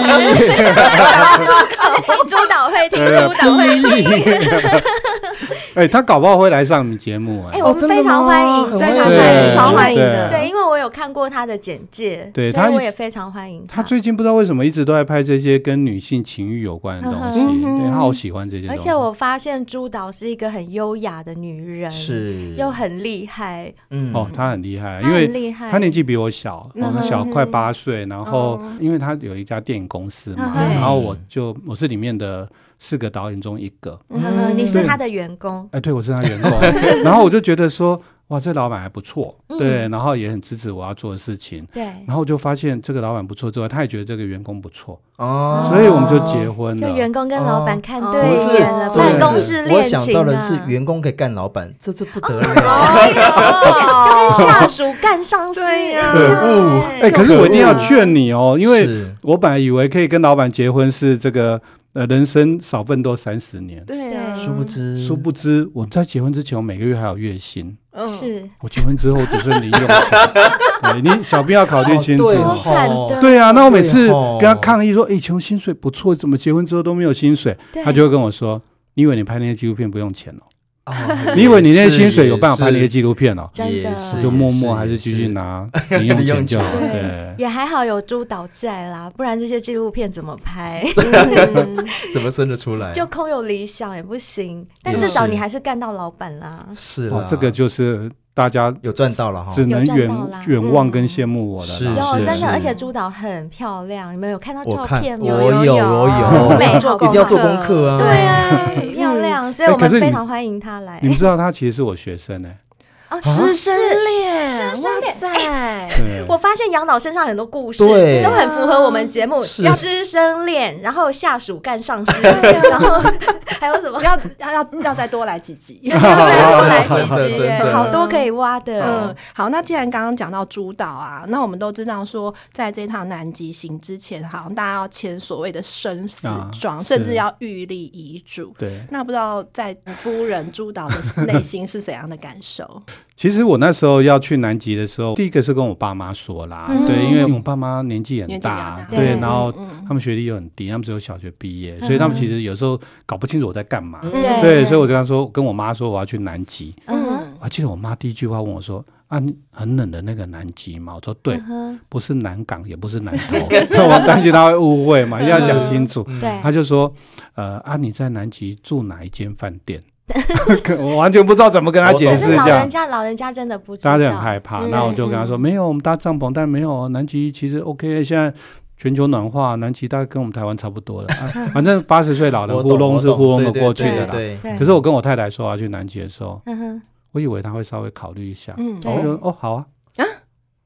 朱导会听，朱导会听。 哎、欸，他搞不好会来上你节目哎、 欸！哎、欸，我们非常欢迎，非常欢迎， 超欢迎的。 对，因为我有看过他的简介， 对， 所以我也非常欢迎他。他最近不知道为什么一直都在拍这些跟女性情欲有关的东西， 嗯、 对他好喜欢这些东西。 而且我发现朱导是一个很优雅的女人， 是又很厉害。 嗯，哦，她很厉害，因为她年纪比我小，我们小快八岁，然后因为她有一家电影公司嘛，然后我就我是里面的四个导演中一个， 嗯，你是他的员工， 哎，对，我是他员工，然后我就觉得说，哇，这老板还不错，对，然后也很支持我要做的事情， 对， 然后就发现这个老板不错之外，他也觉得这个员工不错， 哦， 所以我们就结婚了。 就员工跟老板看对眼了，办公室恋情啊。 我想到的是员工可以干老板，这这不得了， 就跟下属干上司呀。 哎，可是我一定要劝你哦，因为我本来以为可以跟老板结婚是这个。呃，人生少奋斗三十年， 对啊， 殊不知， 殊不知，我在结婚之前，我每个月还有月薪， 嗯，是我结婚之后只剩零用钱。对，你小兵要考虑清楚， 好惨的。 对啊，那我每次跟他抗议说，哎，以前薪水不错，怎么结婚之后都没有薪水？他就会跟我说，你以为你拍那些纪录片不用钱哦？哦、你以为你那些薪水有办法拍那些纪录片哦？ 真的， 就默默还是继续拿零用钱就好。对， 也还好有朱导在啦，不然这些纪录片怎么拍？ 怎么生得出来？ 就空有理想也不行，但至少你还是干到老板啦。 是哦，这个就是大家有赚到了哈， 只能远远望跟羡慕我的。 是有真的，而且朱导很漂亮，你们有看到照片吗？ 我有，我有， 没做功课， 一定要做功课啊。 对啊，很漂亮，所以我们非常欢迎他来。 你们知道他其实是我学生哎。 哦，师生恋， 师生恋， 哎，我发现杨导身上很多故事都很符合我们节目，要师生恋，然后下属干上司，然后还有什么？ 要要要要再多来几集， 要再多来几集，好多可以挖的。 嗯，好，那既然刚刚讲到朱导啊，那我们都知道说，在这趟南极行之前，好像大家要签所谓的生死状，甚至要预立遗嘱。 对， 那不知道在夫人朱导的内心是怎样的感受？ 其实我那时候要去南极的时候，第一个是跟我爸妈说啦，嗯、对，因为我爸妈年纪很大，大对，然后他们学历又很低，他们只有小学毕业，嗯、所以他们其实有时候搞不清楚我在干嘛，嗯、对，所以我就跟他说，跟我妈说我要去南极。嗯，我还记得我妈第一句话问我说：“啊，很冷的那个南极嘛？”我说：“对，嗯、不是南港，也不是南投。”我担心他会误会嘛，一定要讲清楚。 对， 他就说：“呃，啊，你在南极住哪一间饭店？”我完全不知道怎么跟他解释，这样老人家老人家真的不知道， 大家就很害怕。然后我就跟他说：“没有，我们搭帐篷，但没有南极其实 OK。现在全球暖化，南极大概跟我们台湾差不多了。啊、反正八十岁老人糊弄是糊弄的过去的啦。 对对对” 可是我跟我太太说我要去南极的时候，我以为他会稍微考虑一下。嗯，我就哦好啊。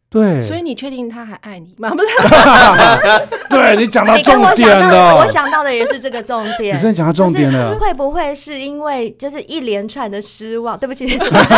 对， 所以你确定他还爱你吗？不是， 对你讲到你跟重我想到的， 点了， 我想到的也是这个重点。 你真的讲到重点了， 就是会不会是因为就是一连串的失望？对不起，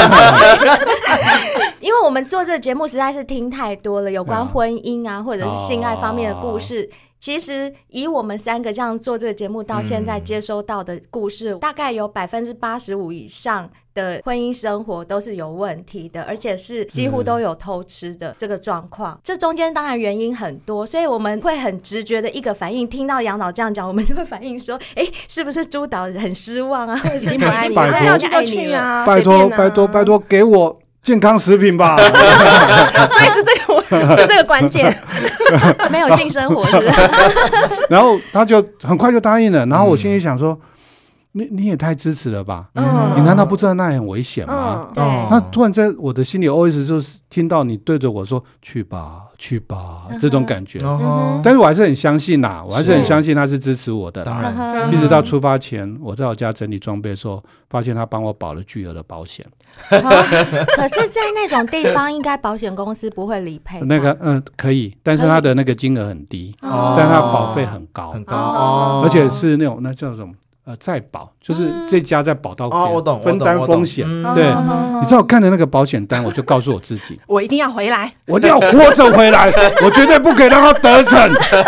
因为我们做这个节目实在是听太多了，有关婚姻啊，或者是性爱方面的故事。哦，其实以我们三个这样做这个节目到现在接收到的故事，嗯、大概有百分之八十五以上的婚姻生活都是有问题的，而且是几乎都有偷吃的这个状况。这中间当然原因很多，所以我们会很直觉的一个反应，听到杨导这样讲，我们就会反应说：哎，是不是朱导很失望啊？或者已经不爱你了， 拜要去就去啊！ 拜托、啊、拜托拜托，给我健康食品吧。 所以是这个是这个关键。 没有性生活是不是？ 然后他就很快就答应了，然后我心里想说，你你也太支持了吧？嗯，你难道不知道那很危险吗？ 嗯，对。 那突然在我的心里 O S 就是听到你对着我说去吧去吧这种感觉，嗯、但是我还是很相信啦，我还是很相信他是支持我的啦。一直到出发前，我在我家整理装备的时候，发现他帮我保了巨额的保险。 哦、可是，在那种地方，应该保险公司不会理赔。 那个嗯、呃、可以，但是他的那个金额很低，哦、但他保费很高， 很高，哦、 而且是那种那叫什么？呃，再保就是这家再保到哦，我懂， 分担风险。 嗯、 对，嗯、你知道我看了那个保险单，我就告诉我自己， 我一定要回来， 我一定要活着回来，我绝对不可以让他得逞。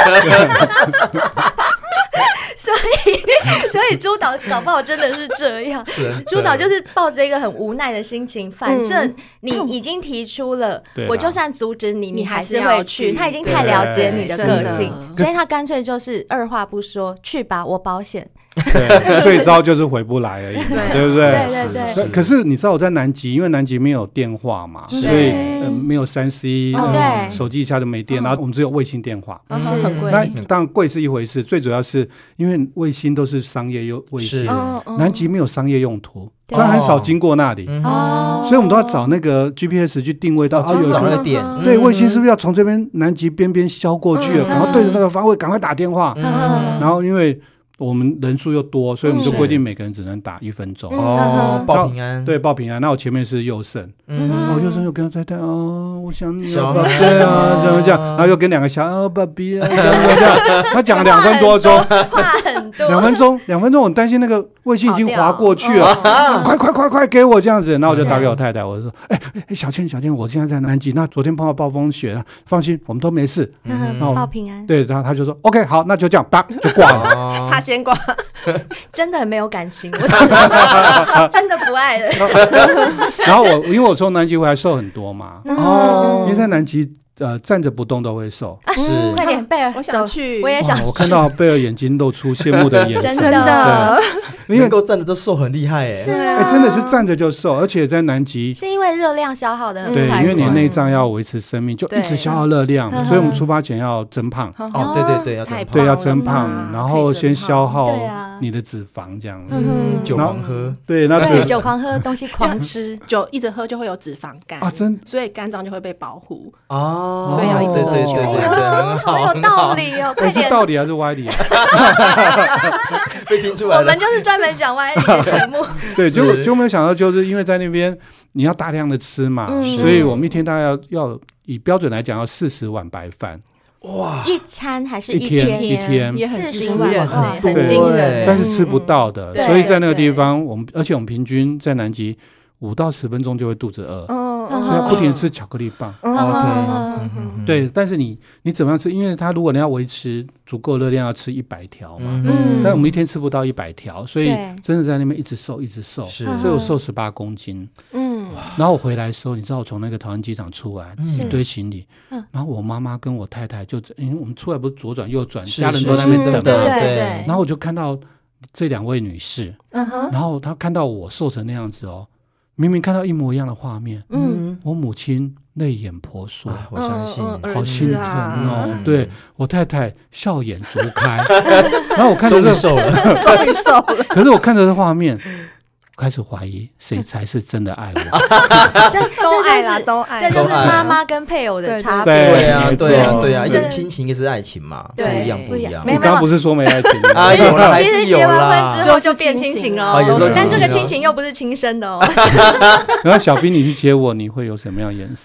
所以，所以朱导搞不好真的是这样。朱导就是抱着一个很无奈的心情，反正你已经提出了，嗯、我就算阻止你，你还是会去。他已经太了解你的个性，所以他干脆就是二话不说，去吧，我保险。 对，最糟就是回不来而已，对, 对不对？ 对对对。 可是你知道我在南极，因为南极没有电话嘛，所以、呃、没有三 C，、 哦呃、手机一下就没电，然后我们只有卫星电话， 是很贵。 那当然贵是一回事，最主要是因为卫星都是商业用卫星，南极没有商业用途，它很少经过那里， 哦， 所以我们都要找那个 G P S 去定位到， 哦、啊有找那个点， 对，卫星是不是要从这边南极边边消过去了？赶快对着那个方位，赶快打电话，然后因为。我们人数又多，所以我们就规定每个人只能打一分钟。 哦，报平安。 对，报平安。那我前面是佑胜， 嗯， 我佑胜就跟他太太哦，我想你啊，对啊，这样这样，然后又跟两个小哦，爸比啊，这样这样，他讲了两分多钟， 话很多， 两分钟，两分钟，我担心那个卫星已经滑过去了，快快快快给我这样子，然后我就打给我太太，我就说，哎哎，小倩小倩，我现在在南极，那昨天碰到暴风雪了，放心，我们都没事， 报平安。 对，然后他就说 OK 好，那就这样，叭就挂了。 他先挂。 真的很没有感情，我真的, 真的不爱了。 然后我因为我从南极回来瘦很多嘛，哦，因为在南极呃站着不动都会瘦。 是，嗯、快点贝尔， 我想去， 我也想去。 我看到贝尔眼睛露出羡慕的眼神， 真的， 因为能够站着就瘦很厉害哎， 是啊、 欸，真的是站着就瘦，而且在南极是因为热量消耗的很快， 对，因为你内脏要维持生命，就一直消耗热量，所以我们出发前要增胖。 哦，对对对，要增胖， 对，要增胖，然后先消耗你的脂肪，这样。 嗯，酒狂喝， 对，那对酒狂喝，东西狂吃， 酒一直喝就会有脂肪肝啊，真， 所以肝脏就会被保护哦， 所以要一直喝。 对对对对，很好， 好有道理哦，快点， 是道理还是歪理？ 被听出来了， 我们就是专门讲歪理的节目。 对，就就没有想到，就是因为在那边你要大量的吃嘛，所以我们一天大概要要以标准来讲要四十碗白饭。 哇， 一餐还是一天一天也很四十碗， 很惊人， 但是吃不到的，所以在那个地方，我们而且我们平均在南极五到十分钟就会肚子饿，所以要不停的吃巧克力棒。对，但是你你怎么样吃？因为它如果你要维持足够热量，要吃一百条嘛，但我们一天吃不到一百条，所以真的在那边一直瘦一直瘦，所以我瘦十八公斤。嗯，然后我回来的时候，你知道我从那个桃园机场出来，一堆行李，然后我妈妈跟我太太就因为我们出来不是左转右转，家人都在那边等嘛， 对， 然后我就看到这两位女士，然后她看到我瘦成那样子哦。明明看到一模一样的画面，嗯，我母亲泪眼婆娑， 啊、我相信， 嗯嗯、 好心疼哦。嗯、对我太太笑眼逐开，然后我看着这瘦了， 终于瘦了。 可是我看着这画面，开始怀疑谁才是真的爱我。 这都爱啦，都爱， 这就是妈妈跟配偶的差别。 对啊，对啊，对啊，一个是亲情，一个是爱情嘛，不一样，不一样。 你刚刚不是说没爱情吗？ 啊，有啦， 其实结完婚之后就变亲情了，但这个亲情又不是亲生的哦。 然后小兵，你去接我，你会有什么样的眼神？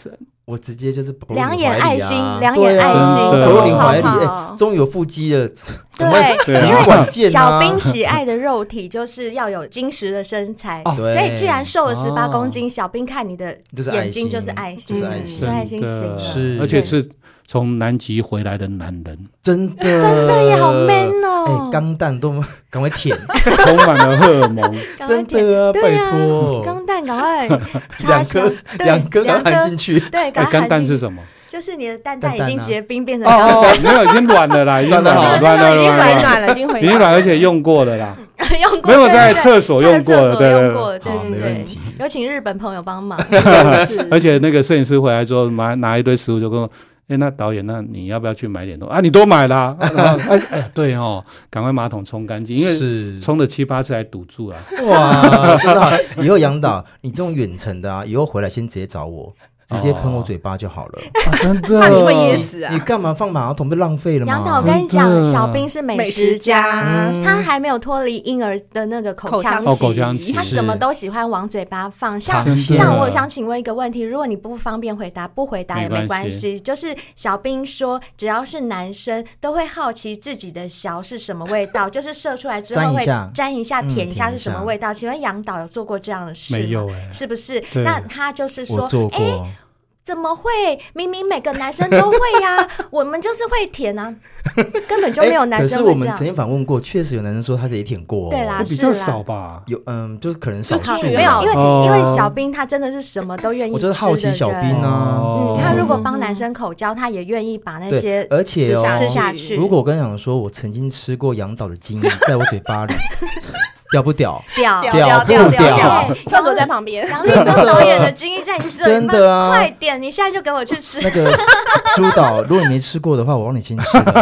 我直接就是投入两你怀里眼爱心， 啊， 两眼爱心， 对啊投入你怀里， 好好哎，终于有腹肌了， 对， 对啊因为关键啊小兵喜爱的肉体就是要有金石的身材， 哦对所以既然瘦了十八哦公斤，小兵看你的就是爱心眼睛就是爱心， 就是爱心就爱心型真的了， 是而且是从南极回来的男人， 真的真的耶，好 man 哎， 哦！ 钢蛋都赶快舔， 充满了荷尔蒙。 赶快真的啊，拜对啊托， 钢蛋赶快插两起来颗对两颗赶快含进去， 对， 哎， 赶快钢含进去， 蛋是什么？ 就是你的蛋蛋已经蛋蛋啊结冰变成哦钢哦，没有，已经软了啦，已经软了，软了， 已经回软了， 暖了，已经回已经软，而且用过了啦。 蛋，用过没有对对在厕所用过了在厕所对对用过了，对好对对没问题， 有请日本朋友帮忙， 是而且那个摄影师回来之后，拿拿一堆食物就跟我。哎，那导演，那你要不要去买点东西啊？你都买啦、啊，然后哎哎，对哦，赶快马桶冲干净，因为是冲了七八次还堵住了。 哇，真的好，以后杨导，你这种远程的啊，以后回来先直接找我，直接喷我嘴巴就好了。 啊、真的， 怕你会噎死啊你！干嘛放马桶？不是浪费了吗？ 杨导，我跟你真讲， 的小兵是美美食食家家， 嗯他还没有脱离婴儿的那个口腔哦口腔期口腔期他什么都喜欢往嘴巴放。像真的像我想请问一个问题，如果你不方便回答，不回答也没没关关系。就是小兵说，只要是男生都会好奇自己的小是什么味道，就是射出来之后会沾一下沾一下、 嗯舔一下舔一下是什么味道？请问杨导有做过这样的事吗？ 没有哎是不是？ 对那他就是说， 我做哎、 过， 怎么会？明明每个男生都会呀、我们就是会舔啊，根本就没有男哎可是生会这样。 我们曾经访问过，确实有男生说他也舔过、哦。 对啦比较是啦少吧。 有嗯，就是可能少数就他没有，因为、 哦因为小兵他真的是什么都愿意吃的人。 我就是好奇小兵啊。 哦嗯，他如果帮男生口交，他也愿意把那对些， 而且哦， 吃下去。 如果我跟你讲说，我曾经吃过杨导的精液在我嘴巴里，屌不屌？ 屌屌屌不屌对厕所在旁边， 杨立忠导演的精液在你嘴真巴， 的啊快点，你现在就给我去吃。 那个朱导，如果你没吃过的话，我让你先吃了。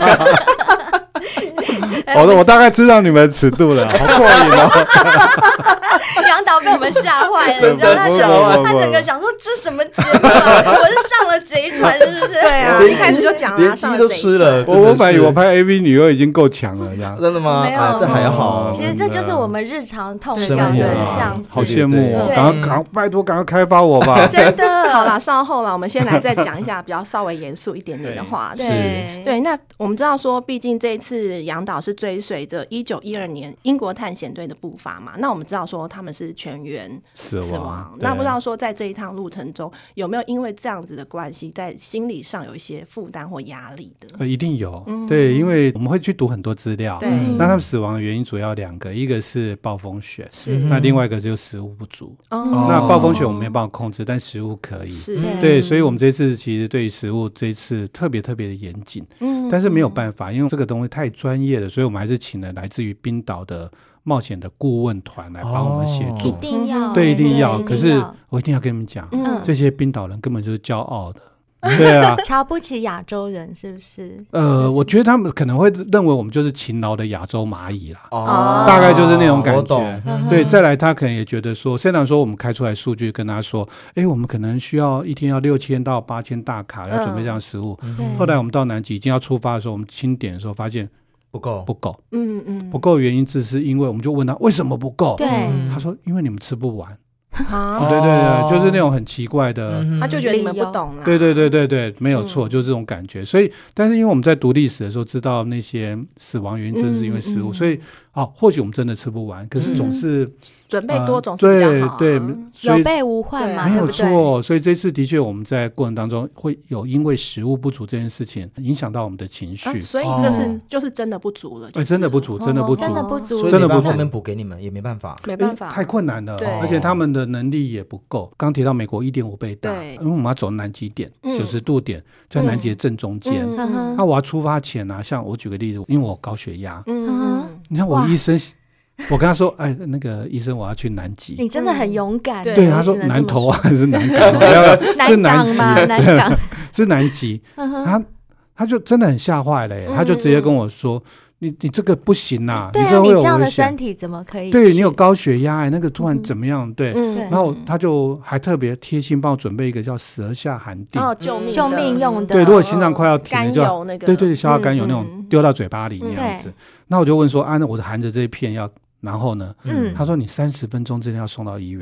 我我大概知道你们的尺度了，好过瘾哦。 杨导被我们吓坏了， 真的你知道他吓想， 坏他整个想说这什么节目啊？我是上了贼船是不是？ 对啊， 连一开始就讲了， 连鸡都吃了。 我我本来以为我真的拍 A V 女优已经够强了，这样是。真的吗？ 没有哎，这还好。 其实这就是我们日常痛对调， 对就是对这样子。 好羡慕哦！ 对赶快赶快，拜托赶快开发我吧。 真的， 好啦，稍后了，我们先来再讲一下比较稍微严肃一点点的话题。 对对，那我们知道说，毕竟这一次杨导是追随着一九一二年英国探险队的步伐嘛，那我们知道说他们是全员死死亡，那不知道说在这一趟路程中有没有因为这样子的关系，在心理上有一些负担或压力的？ 呃，一定有，对，因为我们会去读很多资料。 对， 那他们死亡的原因主要两个，一个是暴风雪， 是那另外一个就是食物不足。 哦那暴风雪我们没办法控制，但食物可以。 是对对，所以我们这次其实对于食物这一次特别特别的严谨， 嗯但是没有办法，因为这个东西太专业了，所以我们还是请了来自于冰岛的冒险的顾问团来帮我们协一助。 定要， 对，一定要。 一可是要我一定要跟你们讲， 嗯这些冰岛人根本就是骄傲的。对啊， 瞧不起亚洲人是不是？ 呃，我觉得他们可能会认为我们就是勤劳的亚洲蚂蚁啦， 哦大概就是那种感我觉懂。 对，再来他可能也觉得说，虽然说我们开出来数据跟他说，哎，我们可能需要一天要六千到八千大卡要准备这样食物。 对后来我们到南极已经要出发的时候，我们清点的时候发现不够不够， 嗯嗯不够的原因只是因为我们就问他为什么不够， 对， 他说因为你们吃不完。 啊， 对对对，就是那种很奇怪的。 嗯他就觉得你们不懂啦。 对对对对对，没有错， 嗯就是这种感觉。所以，但是因为我们在读历史的时候知道那些死亡原因真的是因为食物， 嗯嗯所以哦，或许我们真的吃不完，可是总是、 准备多种呃是比较好啊对对，所以有备无患嘛， 对没有对不对？ 错。所以这次的确我们在过程当中会有因为食物不足这件事情影响到我们的情绪。 啊所以这是哦就是真的不足了，就哎， 是真的不足，真的不足， 真的不足所以真的不足没办法后面补给你们也没办法。 没办法， 太困难了对， 而且他们的能力也不够。刚提到美国一点五倍大， 对因为我们要走南极点， 嗯九十度点，在南极的正中间。 嗯嗯哼那我要出发前啊，像我举个例子，因为我有高血压， 嗯嗯你看我医生，我跟他说，哎，那个医生我要去南极， 你真的很勇敢。 对对，他说我只能这么南投啊还是南港？没有是南南极， 港吗？南港， 是南极。他他就真的很吓坏了耶，他就直接跟我说，你你这个不行啦， 对啊， 这会有你这样的危险身。体怎么可以去？ 对你有高血压哎，那个突然怎么样？对， 嗯对然后他就还特别贴心帮我准备一个叫十二下含定， 哦，救命的救命用的对，如果心脏快要停甘了就要油那个， 对对对，消化甘油那种嗯丢到嘴巴里那样子。那我就问说，啊，那我含着这一片要，然后呢？ 嗯他说你三十分钟之内要送到医院。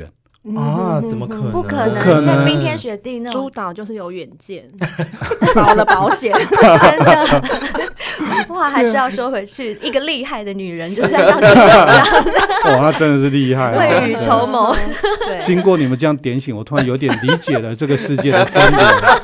啊，怎么可能？ 不可能， 不可能在冰天雪地那朱种， 导就是有远见，保了保险。 真的。话还是要说回去，一个厉害的女人就是要这样这样哇，那真的是厉害、啊， 未雨绸缪。 对， 经过你们这样点醒，我突然有点理解了这个世界的真理。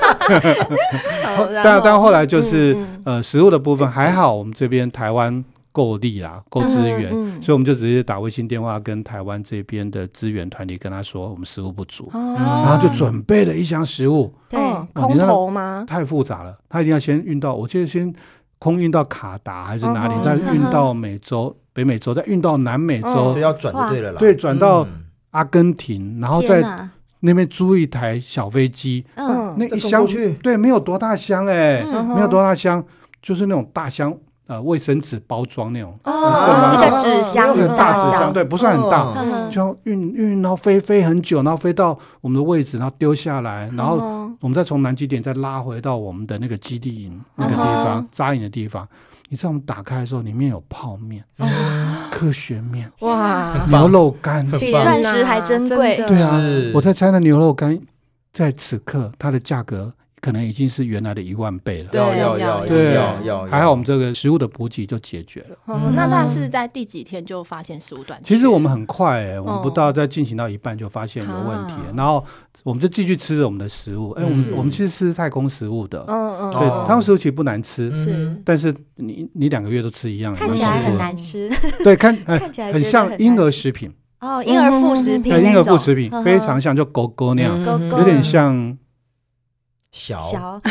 但但后来就是、嗯嗯、呃，食物的部分还好，我们这边台湾够力啦，够资源、嗯嗯，所以我们就直接打微信电话跟台湾这边的资源团体跟他说我们食物不足，哦、然后就准备了一箱食物。 对，哦、空投吗？ 太复杂了，他一定要先运到，我记得先空运到卡达还是哪里，哦、再运到美洲、嗯、北美洲，再运到南美洲， 哦、对，要转就对了啦。 对，转到阿根廷，嗯、然后再那边租一台小飞机，嗯，那一箱对没有多大箱哎、欸嗯，没有多大箱，就是那种大箱。呃，卫生纸包装那种， 哦，一个纸箱， 一个大纸箱，对，不算很大， 哦、 就要运运，然后飞飞很久，然后飞到我们的位置，然后丢下来，然后我们再从南极点再拉回到我们的那个基地营那个地方扎营的地方。你知道我们打开的时候，里面有泡面、哦、科学面， 哇， 牛肉干， 比钻石还珍贵。 对啊，我在猜那牛肉干在此刻它的价格。可能已经是原来的一万倍了。 要要要对要要， 还好我们这个食物的补给就解决了。 嗯、那那是在第几天就发现食物短缺？ 其实我们很快哎、欸，我们不到在进行到一半就发现有问题、哦，然后我们就继续吃着我们的食物。哎、欸，我们我们其实吃太空食物的，嗯嗯，对，太空食物其实不难吃，是，但是你你两个月都吃一样， 看起来很难吃。 对，看、 呃、看起来很像婴儿食品。 哦，婴儿副食品， 婴儿副食品非常像，就狗狗那样， 嗯、 有点像。 小， 小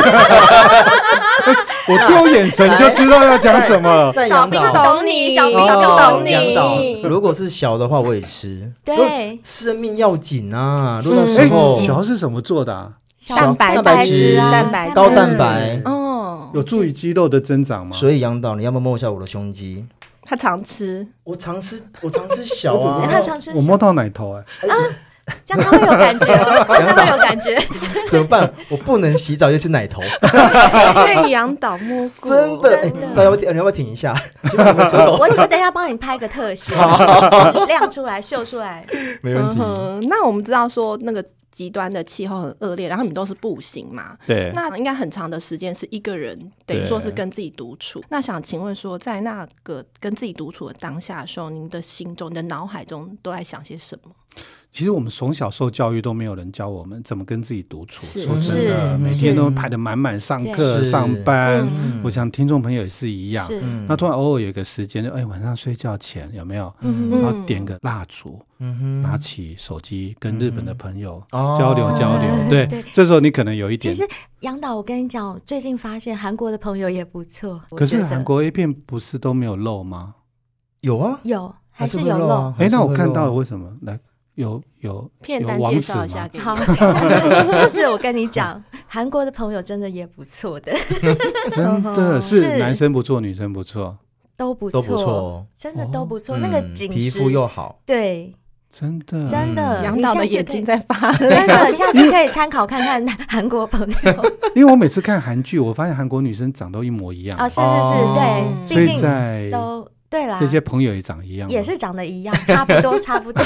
我丢眼神就知道要讲什么了。 小兵懂你，小兵懂你。 如果是小的话，我也吃。 对， 生命要紧啊！如果时候小是什么做的、啊？ 蛋白蛋白质、 蛋白高蛋白， 哦， 有助于肌肉的增长吗？ 所以杨导，你要不要摸一下我的胸肌？ 他常吃， 我常吃，我常吃小啊， 他常吃。 我摸到奶头哎、 欸。啊这样他会有感觉哦，他会有感觉。 怎么办？我不能洗澡又是奶头， 被杨导摸过， 真的。欸、大家要你要不要停一下？ 我我等一下帮你拍个特写，亮出来秀出来， 没问题、 嗯。那我们知道说那个极端的气候很恶劣，然后你们都是步行嘛， 对， 那应该很长的时间是一个人，等于说是跟自己独处。那想请问说，在那个跟自己独处的当下的时候，您的心中、你的脑海中都在想些什么？ 其实我们从小受教育都没有人教我们怎么跟自己独处，说真的，每天都排得满满，上课上班、嗯、我想听众朋友也是一样。那突然偶尔有一个时间，哎，晚上睡觉前有没有、嗯、然后点个蜡烛、嗯、拿起手机跟日本的朋友、嗯、交流交流、哦、对, 对，这时候你可能有一点。 其实杨导，我跟你讲，最近发现韩国的朋友也不错。 可是韩国 A 片不是都没有露吗？ 有啊， 有还是有露。 哎、啊，那我看到了，为什么来？有有片单介绍一下给你。 好，下次我跟你讲，韩国的朋友真的也不错的， 真的是男生不错，女生不错， 都不错， 都不错， 真的都不错。哦、那个景皮肤又好， 对， 真的真的， 杨导的眼睛在发亮， 真的，下次可以参考看看韩国朋友。 因为我每次看韩剧，我发现韩国女生长都一模一样啊、哦，是是是，哦、对，毕竟在都。对啦， 这些朋友也长一样， 也是长得一样，差不多，差不多。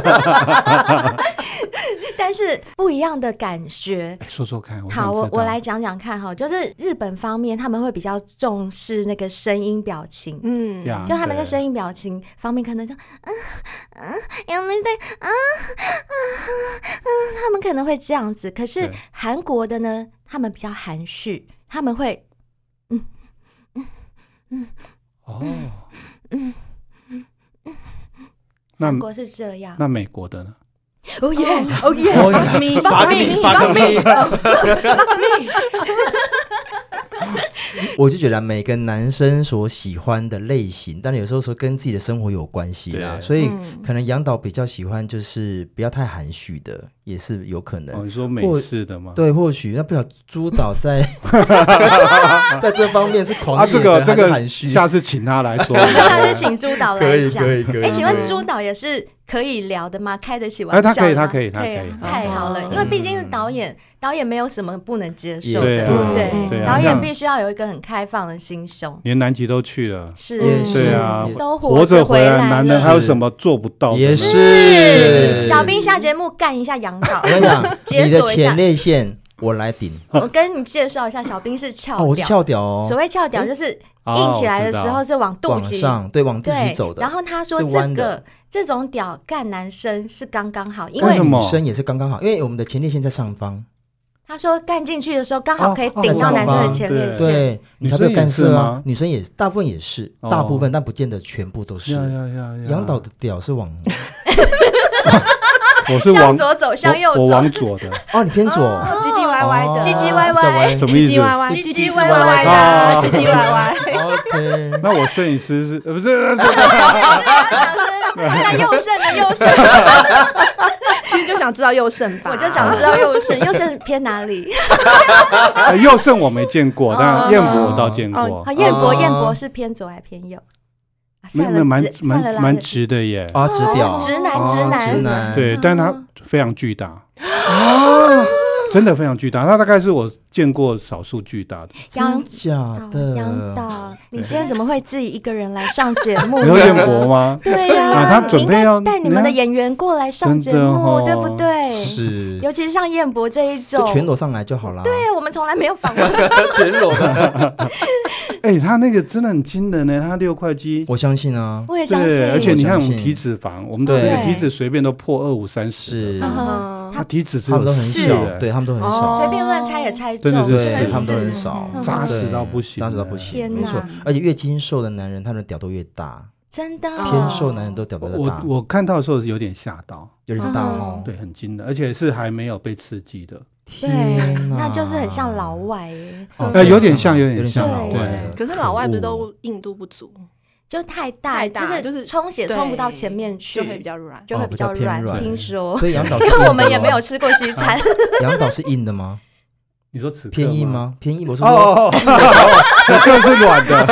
但是不一样的感觉， 说说看。我好，我我来讲讲看哈，就是日本方面他们会比较重视那个声音表情，嗯，就他们在声音表情方面可能就嗯嗯，有没有对嗯嗯，他们可能会这样子。可是韩国的呢，他们比较含蓄，他们会嗯嗯嗯哦。 嗯嗯嗯，韩国是这样， 那美国的呢？ 哦耶，哦耶， 你发你发你，我就觉得每个男生所喜欢的类型，但有时候说跟自己的生活有关系啦，所以可能杨导比较喜欢就是不要太含蓄的，也是有可能。 哦，你说美式的吗？ 对，或许那不晓得朱导在在这方面是狂野的、啊、这个还是含蓄？下次请他来说， 下次请朱导来讲。 可以可以可以。 哎，请问朱导也是可以聊的吗？开得起玩笑的吗？ 哎他可以他可以他可以太好了， 哦因为毕竟是导演，导演没有什么不能接受的， 对啊对不对？ 对啊导演必须要有一个很开放的心胸。 连南极都去了， 是， 也是对啊， 都活着回来，男人还有什么做不到的？ 也是是小兵下节目干一下杨导， 我跟你讲， 解你的锁一下前。列腺我来顶。 我跟你介绍一下，小兵是翘哦，我是屌。 翘屌哦， 所谓翘屌就是哦硬起来的时候是往肚往脐上，对，往肚对脐走的。 然后他说是这弯的个这种屌干男生是刚刚好，因为为什么女生也是刚刚好，因为我们的前列腺在上方， 他说干进去的时候刚好可以哦顶到男生的前列对腺。 对，你才不会干涉啊女生也是吗。 女生也大部分也是， 哦大部分但不见得全部都是。 呀呀呀呀！ 杨导的屌是往我是往向左走，向右我我往走， 左的， 哦，你偏左， 唧唧歪歪的， 哦唧唧歪歪叫歪什么意思？ 唧唧歪歪， 唧唧唧唧歪歪歪的， 哦唧唧歪歪。 OK， 那我摄影师是呃不是？ 那右肾的右肾， 其实就想知道右肾吧， 我就想知道右肾，右肾偏哪里？ 呃右肾我没见过，但燕博我倒见过好，。燕博哦燕博是偏左还偏右？啊没算了， 有蛮算了啦， 蛮蛮直的耶， 啊，直屌， 直男哦直男直男， 对，但它非常巨大， 哦真的非常巨大，它大概是我见过少数巨大的。 杨真假导的？ 杨导，你今天怎么会自己一个人来上节目你说燕呢？ 博吗？ 对呀， 啊他准备要你应该带你们的演员过来上节真的目， 哦对不对？ 是， 尤其是像燕博这一就种， 全裸上来就好啦。 对我们从来没有访问全裸的， 哎，他那个真的很惊人呢，他六块肌。 我相信啊， 我也相信， 对，而且你看我们我相信体脂肪，我们的对那个体脂随便都破二五三十是的， 嗯哼嗯他体脂只他们都很有四小， 的， 对他们都很哦少， 随便乱猜也猜中， 真的是对， 是他们都很少， 嗯扎实对到不行扎实到不行， 天哪没错。而且越精瘦的男人，他的屌都越大， 真的偏瘦男人都屌比较我大， 我看到的时候是有点吓到， 有点大哦。 对，很惊的，而且是还没有被刺激的， 对天，哪那就是很像老外耶， 哦呃有点像有有点像老外对的。 可是老外不是都硬度不足， 就太大， 太大就就是是充血对充不到前面去， 就会比较软。 就会比较哦比较偏软听说， 所以杨导是因硬的为我们也吗没有吃过西餐， 杨导是硬的吗？ 你说此刻偏硬？吗？偏硬，我是哦说哦哦，此刻是软的，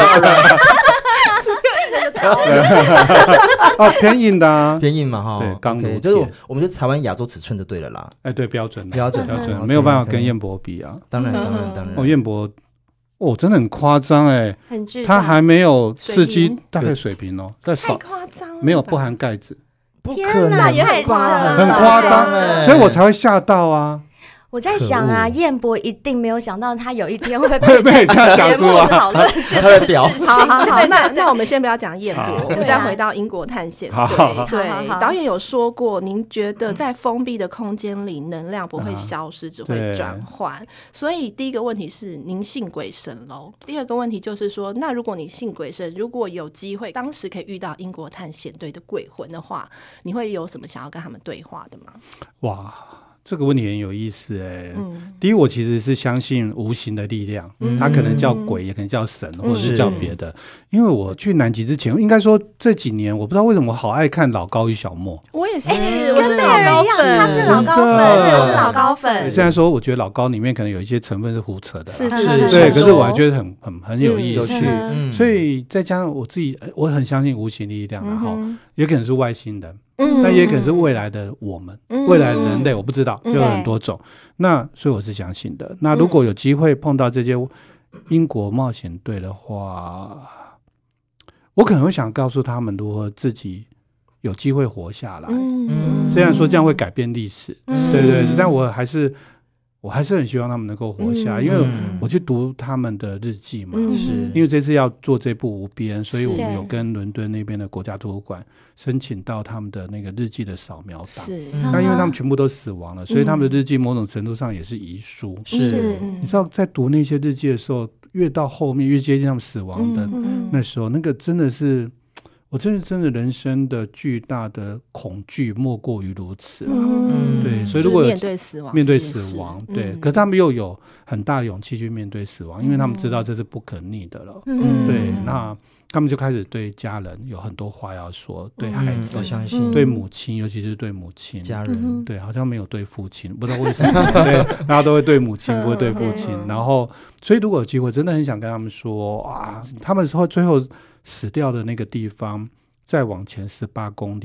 哦，偏硬的啊， 偏硬嘛哈。 对刚 OK， 如就是我铁我们就台湾亚洲尺寸就对了啦。 哎，对，标准的标准标准， OK， 没有办法 OK 跟燕博比啊。 当然嗯当然当然。 哦，燕博，哦，真的很夸张哎， 很巨大。 他还没有刺激水平大概水平哦，在太少夸张了吧， 没有不含盖子， 不天可能哪也太吧扯了很夸张哎， 所以我才会吓到啊。 我在想啊， 可恶燕博一定没有想到他有一天会会被这样节目讲出来。 讨论他的屌这件事情。 好好好，那那我们先不要讲燕好博，我们再回到英国探险好队。 好好对好， 导演有说过，您觉得在封闭的空间里，能量不会消失，只会转换。所以第一个问题是，您信鬼神喽？第二个问题就是说，那如果你信鬼神，如果有机会，当时可以遇到英国探险队的鬼魂的话，你会有什么想要跟他们对话的吗？ 哇，这个问题很有意思哎。 嗯第一，我其实是相信无形的力量， 嗯它可能叫鬼，也可能叫神，或者是是叫别的。因为我去南极之前，应该说这几年，我不知道为什么我好爱看老高与小莫。 我也是， 哎我是跟贝尔一样，他是老高粉， 真的他是老高对粉现。在说，我觉得老高里面可能有一些成分是胡扯的啦， 是是是， 对， 是可是我还觉得很很很有意思。 有趣， 嗯嗯， 所以再加上我自己，呃我很相信无形力量，然后嗯也可能是外星人， 嗯那也可能是未来的我们， 嗯未来的人类，我不知道，就嗯有很多种。那所以我是相信的。那如果有机会碰到这些英国冒险队的话，我可能会想告诉他们如何自己有机会活下来。 嗯虽然说这样会改变历史， 嗯对对，但我还是我还是很希望他们能够活下来， 嗯因为嗯我去读他们的日记嘛。 嗯是因为这次要做这部《无边》，所以我们是有跟伦敦那边的国家图书馆申请到他们的那个日记的扫描档。 是嗯那因为他们全部都死亡了，所以他们的日记某种程度上也是遗书。 是嗯你知道，在读那些日记的时候，越到后面越接近他们死亡的嗯那时候，那个真的是，我真的真的人生的巨大的恐惧莫过于如此啊。 嗯对，所以如果有面对死亡， 面对死亡，对， 嗯可是他们又有很大的勇气去面对死亡，因为他们知道这是不可逆的了。 嗯对，那他们就开始对家人有很多话要说，对孩嗯， 子我，相信对母亲，尤其是对母亲， 家嗯哼人， 对，好像没有对父亲，不知道为什么，对，大家都会对母亲，不会对父亲。 嗯然后，所以如果有机会，真的很想跟他们说啊，他们后最后死掉的那个地方，再往前十八公里，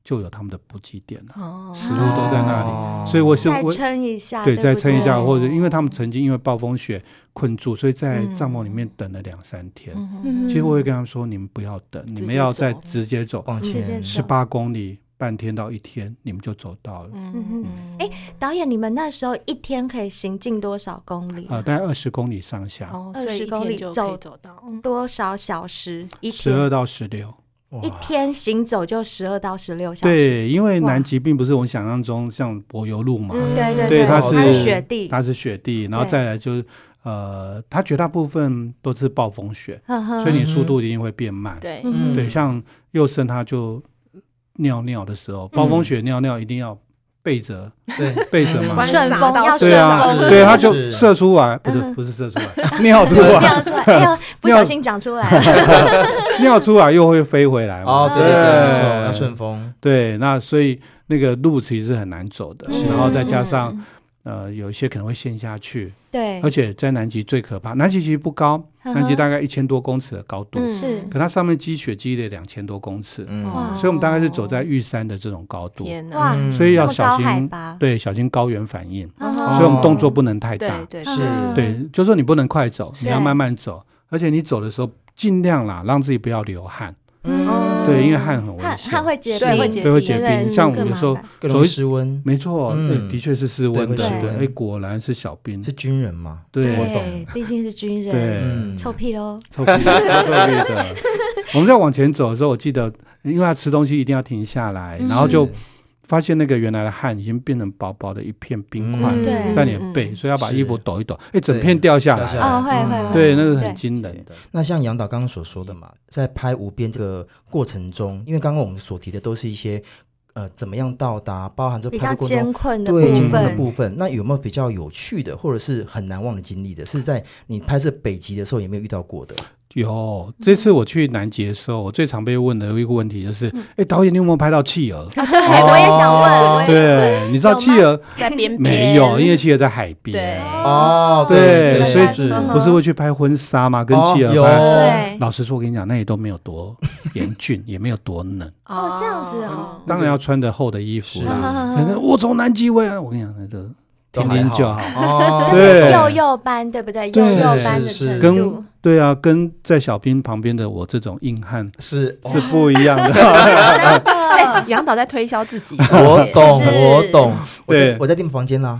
就有他们的补给点了， 哦食物都在那里， 哦所以我是再我撑一下， 对， 对， 再撑一下， 对或者因为他们曾经因为暴风雪困住，所以在嗯帐篷里面等了两三天。 嗯其实我会跟他们说，你们不要等，你们要再直接走， 往前直接十八公里，半天到一天，你们就走到了。 嗯哼，哎，导演，你们那时候一天可以行进多少公里？ 呃，大概二十公里上下， 哦， 二十所以一公里走天就可以走到，嗯多少小时？一十二天到十六。 一天行走就十二到十六小时。 对，因为哇南极并不是我们想象中像柏油路嘛， 嗯对对对，它它是是雪地， 它是雪地，然后对再来就是呃，它绝大部分都是暴风雪， 呵呵所以你速度一定会变慢。 对， 嗯对，像佑胜他就尿尿的时候，暴风雪尿尿一定要背着对， 背着嘛关， 顺洒到风要顺对啊风， 对，他就是射出来，不是嗯不是射出来，尿出来， 尿出来，哎呦，不小心讲出来了。 尿出来又会飞回来嘛。 哦，对对对， 对没错，要顺风， 对，那所以那个路其实是很难走的， 是然后再加上嗯呃有一些可能会陷下去， 对而，且在南极最可怕，南极其实不高， 嗯哼南极大概一千多公尺的高度， 嗯是可它上面积雪积了两千多公尺， 嗯， 哇所以我们大概是走在玉山的这种高度， 天哪， 哇， 嗯所以要小这么高海心， 拔， 对，小心高原反应， 嗯哼所以我们动作不能太对大， 对是嗯对，就说你不能快走， 是你要慢慢走，而且你走的时候尽量啦，让自己不要流汗， 嗯对，因为汗很危汗险， 汗会结冰， 对会结对会结对冰，像我更有时候麻烦更容易失温， 没错， 嗯对，的确是室温的， 对会失温对，哎，果然是小兵， 是军人嘛？ 对我懂对，毕竟是军人， 对， 嗯臭屁喽。 臭屁臭屁的。我们在往前走的时候，我记得，因为他吃东西一定要停下来， 嗯然后就发现那个原来的汗已经变成薄薄的一片冰块嗯对在你的背，所以要把是衣服抖一抖，哎，整片掉下来， 掉下来哦，会会会， 对，那是对很惊人的。 那像杨导刚刚所说的嘛，在拍无边这个过程中，因为刚刚我们所提的都是一些呃怎么样到达，包含这比较拍摄过程中艰困的对部艰困的分。 部分，那有没有比较有趣的，或者是很难忘的经历的？是在你拍摄北极的时候有没有遇到过的？ 有，这次我去南极的时候，我最常被问的一个问题就是，哎，导演，你有没有拍到企鹅？ 对，我也想问，我也对，你知道有吗企鹅在边边没有，因为企鹅在海边。 对哦， 对， 对所以是不是会去拍婚纱吗？跟企鹅有拍。 对， 老实说，我跟你讲，那也都没有多严峻，也没有多冷， 哦这样子哦当然要穿着厚的衣服是啦。可是我从南极回来，我跟你讲，那个听听就好。 哦， 就是对幼幼班，对不对？幼对幼班的是是跟程度。 对啊，跟在小兵旁边的我这种硬汉是是不一样的。 真的， 哎，杨导在推销自己， 我懂， 是我懂，我在对我在订房间啦，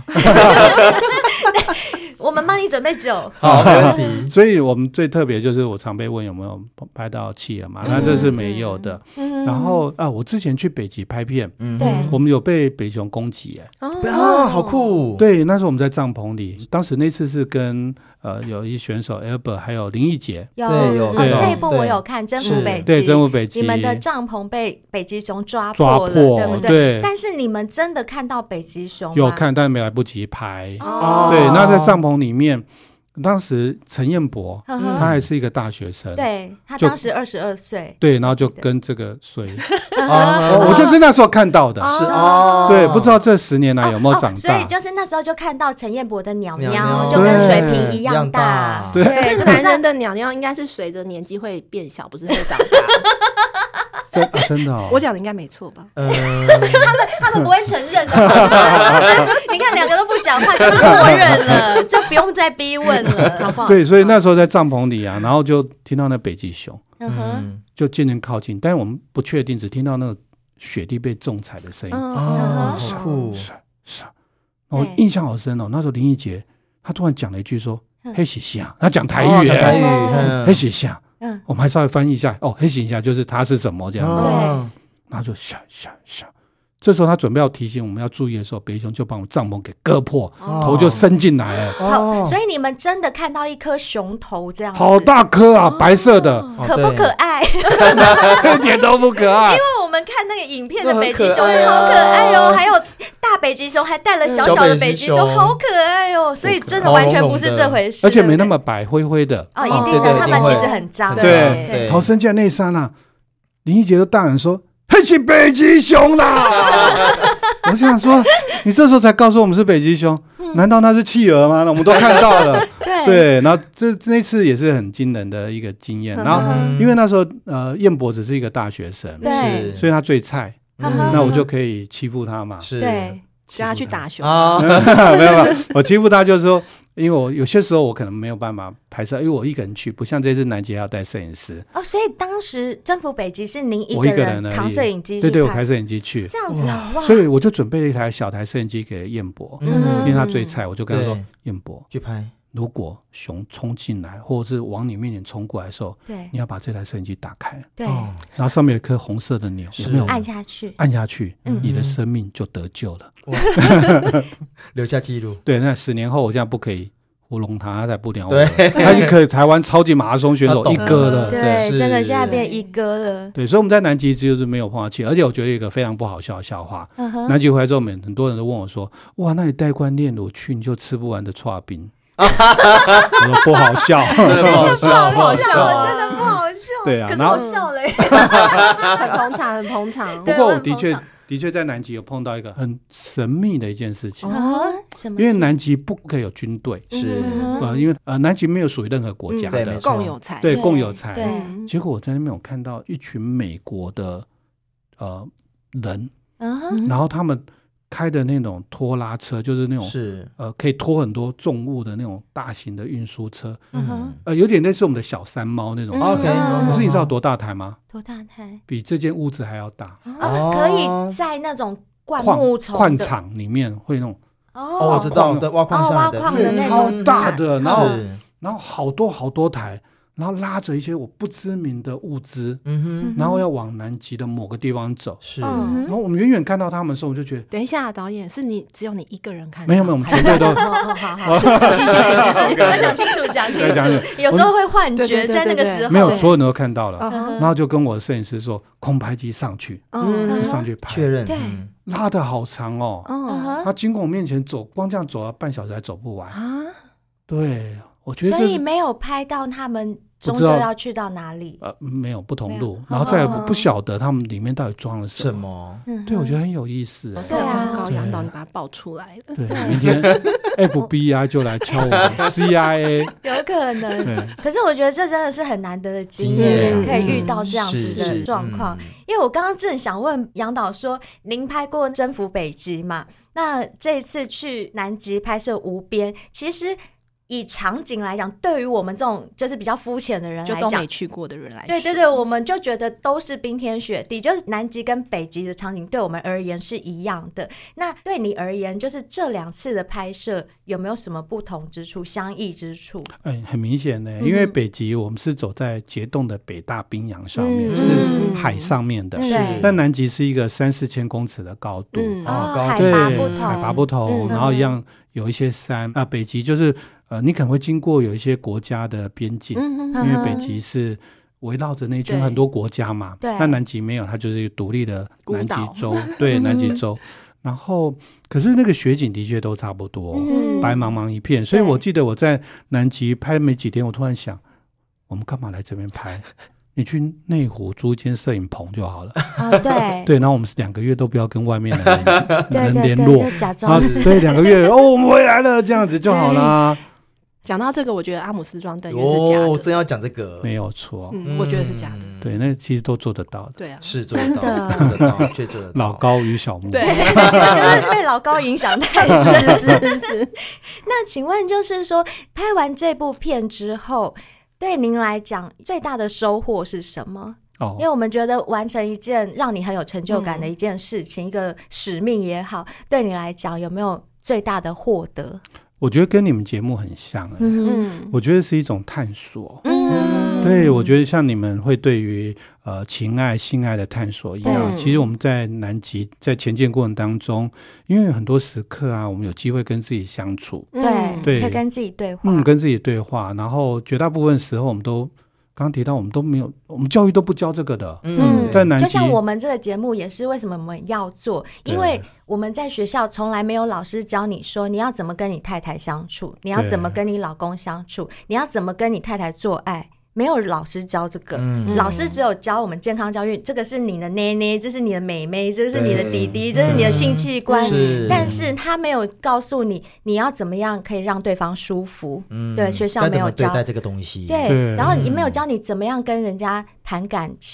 我们帮你准备酒。 好，没问题。 所以我们最特别就是我常被问有没有拍到企鹅嘛，那这是没有的。 嗯然后啊，我之前去北极拍片， 嗯对我们有被北极熊攻击哎。 啊，好酷， 对，那时候我们在帐篷里，当时那次是跟呃有一选手 Albert 还有林奕杰， 有对有哦看到这一部我对有看《征服是北极》， 对，征服北极， 你们的帐篷被北极熊抓破了， 抓破对不对？ 对但是你们真的看到北极熊吗？ 有看，但没来不及拍。 哦， 对，那在帐篷里面，当时陈彦博呵呵他还是一个大学生， 对他就当时二十二岁， 对，然后就跟这个水， 啊我就是那时候看到的， 是哦， 对，不知道这十年来有没有长哦，所以大。 就是那时候就看到陈彦博的鸟鸟鸟就跟对水瓶一一样大大， 对对，就男男人的鸟鸟应该是随着年纪会变小，不是会长大。 真啊真的哦， 我讲的应该没错吧？ 嗯， 他们不会承认的。你看两个都不讲话，就是默认了，就不用再逼问了，好不好？ 对，所以那时候在帐篷里啊，然后就听到那北极熊嗯哼， 嗯就渐渐靠近，但是我们不确定，只听到那个雪地被重踩的声音， 嗯哦， 嗯好酷， 是是，我印象好深哦。那时候林奕杰他突然讲了一句说嗯 “黑喜象”，他讲台语哦讲台语， 哦嗯黑喜象， 嗯， 我们还稍微翻译一下哦，黑喜象就是它是什么这样子， 哦然后就吓吓吓。这时候他准备要提醒我们要注意的时候，北极熊就把我们帐篷给割破， 哦头就伸进来了， 好，所以你们真的看到一颗熊头这样子， 好大颗啊，白色的， 可不可爱？ 一点都不可爱。 因为我们看那个影片的北极熊都很可爱啊好可爱哦，还有大北极熊还带了小小的北极熊， 小北极熊好可爱哦，所以真的完全不是这回事， 而且没那对不么白，灰灰的。 对哦，一哦定的， 对对他们一定会其实很脏， 对对头伸进来那一刹那，林奕杰就大喊说：“嘿，是北极熊啦！”我想说，你这时候才告诉我们是北极熊，难道那是企鹅吗？那我们都看到了。 对对，然后这那次也是很惊人的一个经验。然后嗯因为那时候呃，彦博只是一个大学生， 对是所以他最菜， 那我就可以欺负他嘛。 是， 对， 叫他去打球啊， 没有没有，我欺负他就是说，因为我有些时候我可能没有办法拍摄，因为我一个人去，不像这次南极还要带摄影师。 哦，所以当时征服北极是您一我一个人而已扛摄影机去对对，我拍开摄影机去， 这样子啊，哇！ 所以我就准备了一台小台摄影机给彦博， 嗯因为他最菜，我就跟他说对， 彦博， 去拍， 如果熊冲进来，或者是往你面前冲过来的时候， 对你要把这台摄影机打开， 对， 哦， 然后上面有一颗红色的钮，有没有？ 按下去， 按下去， 嗯你的生命就得救了。 留下记录， 对，那十年后我现在不可以糊弄他，他才不鸟我对了。他已经可以台湾超级马拉松选手他懂一哥了。 对， 是真的现在变一哥了。 对，所以我们在南极就是没有碰到气，而且我觉得有一个非常不好笑的笑话。 嗯哼， 南极回来之后，很很多人都问我说：“哇，那你带罐炼乳去，你就吃不完的刨冰。”我说不好笑， 真的不好笑， 不好笑， 啊真的不好笑。 对啊然后可是我笑了耶。 很捧场，很捧场。 不过我的确对我很捧场的确在南极有碰到一个很神秘的一件事情， 啊，什么事？ 因为南极不可以有军队， 是嗯呃，因为呃南极没有属于任何国家的对没，错共有财， 对对共有财。 对嗯结果我在那边有看到一群美国的呃人， 嗯哼， 然后他们开的那种拖拉车，就是那种是， 呃可以拖很多重物的那种大型的运输车， 嗯哼， 呃有点类似我们的小山猫那种嗯车。 OK， 嗯可是你知道多大台吗？ 多大台？ 比这间屋子还要大。 哦，可以在那种灌矿木丛矿的场里面会那种哦，我知哦， 道，对，挖矿上来的， 哦挖矿的对那种超大的，然后是， 然后好多好多台，然后拉着一些我不知名的物资， 嗯哼， 然后要往南极的某个地方走。 是， 嗯然后我们远远看到他们的时候，我就觉得等一下，导演是你只有你一个人看到？ 没有没有，我们全队都好好好好，继续继续继续要讲清楚，讲清对讲楚。有时候会幻觉， 对对对在那个时候没有， 对所有人都看到了。 嗯哼然后就跟我的摄影师说，空拍机上去， 嗯就上去拍确，认， 对嗯拉的好长哦。 嗯嗯哼他经过我面前走，光这样走了半小时还走不完。 啊， 对，我觉得所这是以没有拍到他们终不知道究要去到哪里。 呃没有不同没有路，然后再也哦不晓得他们里面到底装了什什么。 么？ 嗯哼对，我觉得很有意思。哎对啊糟糕， 对杨导，你把它爆出来了。 对，明天 F B I 就来敲我们 C I A。 有可能。 对， 可是我觉得这真的是很难得的经经验， 验可以遇到这样子的是是状况。 嗯因为我刚刚正想问杨导说，您拍过征服北极嘛？那这一次去南极拍摄无边，其实以场景来讲，对于我们这种就是比较肤浅的人来讲就都没，去过的人来说， 对对对，我们就觉得都是冰天雪地，就是南极跟北极的场景对我们而言是一样的。那对你而言，就是这两次的拍摄有没有什么不同之处、相异之处？ 哎，很明显呢， 嗯因为北极我们是走在结冻的北大冰洋上面， 嗯是海上面的。 对但南极是一个三四千公尺的高度， 嗯哦高海对， 拔不同， 海拔不同， 嗯然后一样有一些山啊。北极就是呃，你可能会经过有一些国家的边境， 嗯嗯因为北极是围绕着那圈对很多国家嘛。 对那南极没有，它就是一个独立的南极孤岛洲，对，南极洲。然后，可是那个雪景的确都差不多， 嗯白茫茫一片。所以对我记得我在南极拍没几天，我突然想，我们干嘛来这边拍？你去内湖租一间摄影棚就好了。 啊，对对，然后我们是两个月都不要跟外面的人对人对对， 联络， 就假啊装， 对，两个月哦，我们回来了，这样子就好啦， 讲到这个，我觉得阿姆斯壮登月是假哦， 的， 真要讲这个， 没有错。 嗯，我觉得是假的。 嗯对，那其实都做得到的。 对啊， 是做得到， 真的做得到，确做得到。 老高与小木， 对， 就是被老高影响太深。 是是是， 那请问，就是说，拍完这部片之后，对您来讲最大的收获是什么？ 哦因为我们觉得完成一件让你很有成就感的一件事情，一个使命也好，对你来讲有没有最大的获得？ 我觉得跟你们节目很像、欸， 嗯嗯我觉得是一种探索。 嗯， 对，我觉得像你们会对于呃情爱、性爱的探索一样， 对其实我们在南极在前进过程当中，因为很多时刻啊，我们有机会跟自己相处， 对， 对可以跟自己对话。 嗯，跟自己对话，然后绝大部分时候我们都刚刚提到，我们都没有，我们教育都不教这个的。 嗯， 在南极就像我们这个节目也是为什么我们要做， 对因为我们在学校从来没有老师教你说你要怎么跟你太太相处，你要怎么跟你老公相处，你要怎么跟你太太做爱。没有老师教这个， 嗯老师只有教我们健康教育，这个是你的奶奶，这是你的妹妹，这是你的弟弟，这是你的性器官， 是但是他没有告诉你你要怎么样可以让对方舒服。 嗯对，学校该没有教怎么对待这个东西， 对， 对然后也没有教你怎么样跟人家谈感情，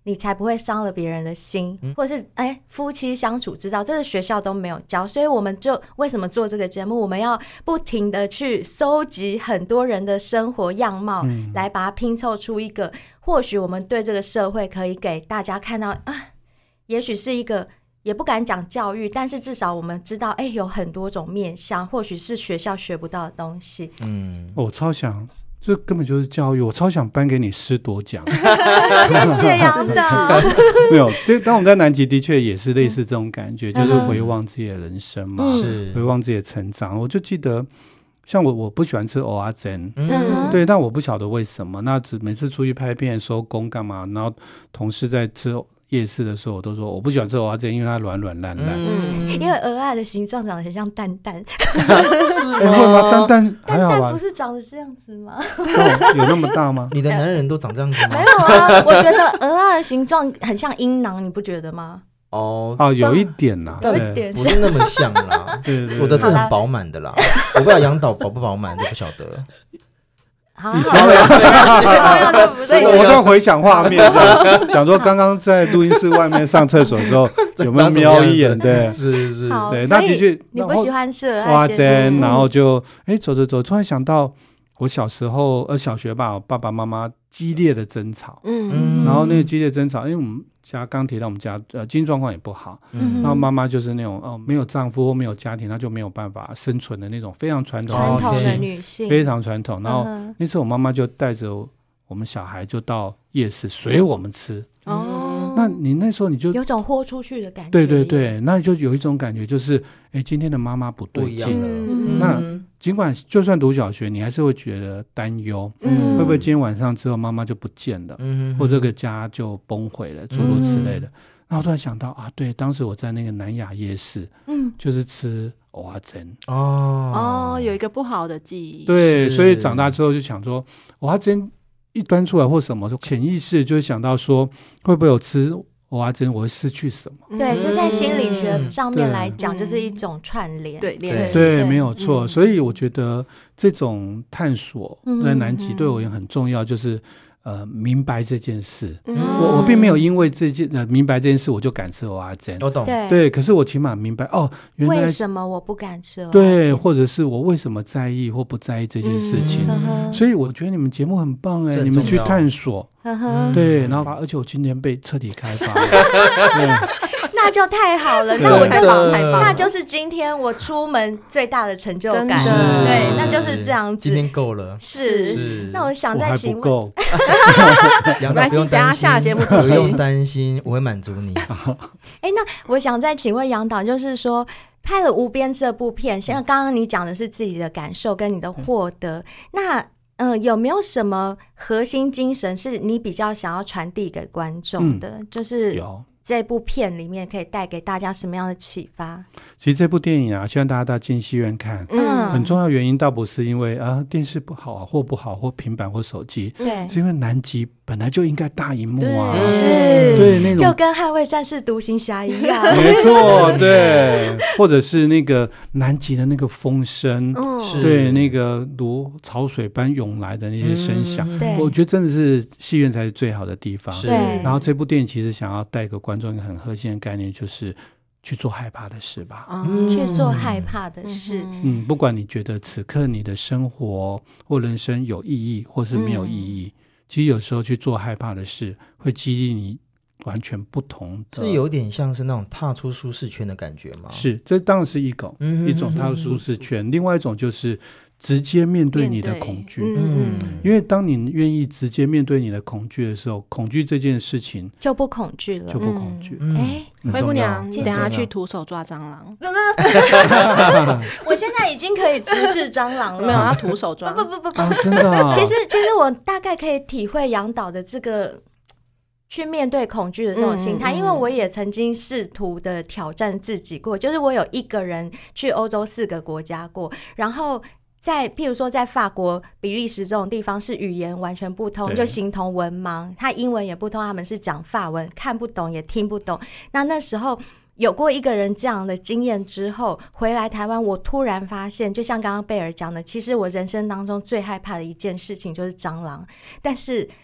你才不会伤了别人的心，嗯、或者是哎夫妻相处之道，这个学校都没有教，所以我们就为什么做这个节目？我们要不停的去收集很多人的生活样貌，嗯、来把它拼凑出一个，或许我们对这个社会可以给大家看到啊，也许是一个。也不敢讲教育，但是至少我们知道，哎，有很多种面向，或许是学校学不到的东西。 嗯，我超想，这根本就是教育，我超想颁给你师铎奖。 谢谢杨导。 没有，当我们在南极的确也是类似这种感觉，嗯、就是回望自己的人生嘛，嗯、回望自己的成长。我就记得，像我，我不喜欢吃蚵仔煎，嗯，对，但我不晓得为什么。那只每次出去拍片、收工干嘛，然后同事在吃夜市的时候，我都说我不喜欢吃蚵仔煎，因为它软软烂烂。 嗯，因为蚵仔的形状长得很像蛋蛋。 是吗？欸、会吗？蛋蛋还好吧？ 蛋蛋不是长得这样子吗？ 哦、有那么大吗？ 你的男人都长这样子吗？ 没有啊，我觉得蚵仔的形状很像阴囊，你不觉得吗？ 哦哦，有一点啦， 有一点不是那么像啦。对对对，我的是很饱满的啦。我不知道杨导饱不饱满，就不晓得。 好好好， 我在回想画面，想说刚刚在录音室外面上厕所的时候有没有瞄一眼？对， 是是， 对，那的确你不喜欢吃蚵仔煎，然后就哎走着走，突然想到我小时候呃小学吧，我爸爸妈妈激烈的争吵，嗯，然后那个激烈争吵，因为我们家刚提到我们家呃经济状况也不好，嗯，然后妈妈就是那种哦没有丈夫或没有家庭，她就没有办法生存的那种非常传统传统的女性， 非常传统。然后那次我妈妈就带着我们小孩就到夜市随我们吃。哦，那你那时候你就有种豁出去的感觉， 对对对，那就有一种感觉，就是哎，今天的妈妈不对劲了。嗯、那尽管就算读小学，你还是会觉得担忧，嗯、会不会今天晚上之后妈妈就不见了，嗯、或这个家就崩毁了，诸如此类的。然后突然想到啊，对，当时我在那个南雅夜市，嗯，就是吃蚵仔煎哦哦，有一个不好的记忆。 对，所以长大之后就想说，蚵仔煎一端出来或什么，潜意识就会想到说，会不会有吃蚵仔煎我会失去什么？ 对，这在心理学上面来讲，就是一种串联。 对， 对，对，没有错。所以我觉得这种探索在南极对我也很重要，就是呃明白这件事。我我并没有因为这件呃明白这件事我就敢吃蚵仔煎。 我懂。 对，可是我起码明白哦，原来为什么我不敢吃蚵仔煎？ 对，或者是我为什么在意或不在意这件事情。所以我觉得你们节目很棒哎，你们去探索。对，然后而且我今天被彻底开发了。 那就太好了，那我就那就是今天我出门最大的成就感。对，那就是这样子。 今天够了。 是是。那我想再请问， 我还不够。 杨导不用担心， 下节目继续不用担心，我会满足你。 哎，那我想再请问杨导，就是说拍了《无边》这部片，像刚刚你讲的是自己的感受跟你的获得，那。嗯，有没有什么核心精神是你比较想要传递给观众的？嗯、就是有这部片里面可以带给大家什么样的启发？其实这部电影啊，希望大家到进戏院看。嗯，很重要原因倒不是因为啊电视不好啊，或不好，或平板或手机，对，是因为南极本来就应该大荧幕啊， 是， 对，那种就跟捍卫战士独行侠一样， 没错，对，或者是那个南极的那个风声，嗯、对，那个如潮水般涌来的那些声响，嗯、我觉得真的是戏院才是最好的地方。 对， 然后这部电影其实想要带给观众一个很核心的概念，就是去做害怕的事吧， 嗯、去做害怕的事。 嗯，不管你觉得此刻你的生活或人生有意义，或是没有意义。嗯，其实有时候去做害怕的事，会激励你完全不同的。 这有点像是那种踏出舒适圈的感觉吗？ 是，这当然是一种、嗯、一种踏出舒适圈、嗯、另外一种就是直接面对你的恐惧。嗯，因为当你愿意直接面对你的恐惧的时候，恐惧这件事情就不恐惧了， 就不恐惧。 哎、 嗯，灰姑娘，你等下去徒手抓蟑螂。 我现在已经可以直视蟑螂了， 没有要徒手抓。 不不不不、 啊，真的、啊。 其实其实我大概可以体会杨导的这个去面对恐惧的这种心态、嗯嗯、因为我也曾经试图的挑战自己过，就是我有一个人去欧洲四个国家过，然后在譬如说在法国比利时这种地方是语言完全不通，就形同文盲，他英文也不通，他们是讲法文，看不懂也听不懂。那那时候有过一个人这样的经验之后，回来台湾，我突然发现，就像刚刚贝尔讲的，其实我人生当中最害怕的一件事情就是蟑螂，但是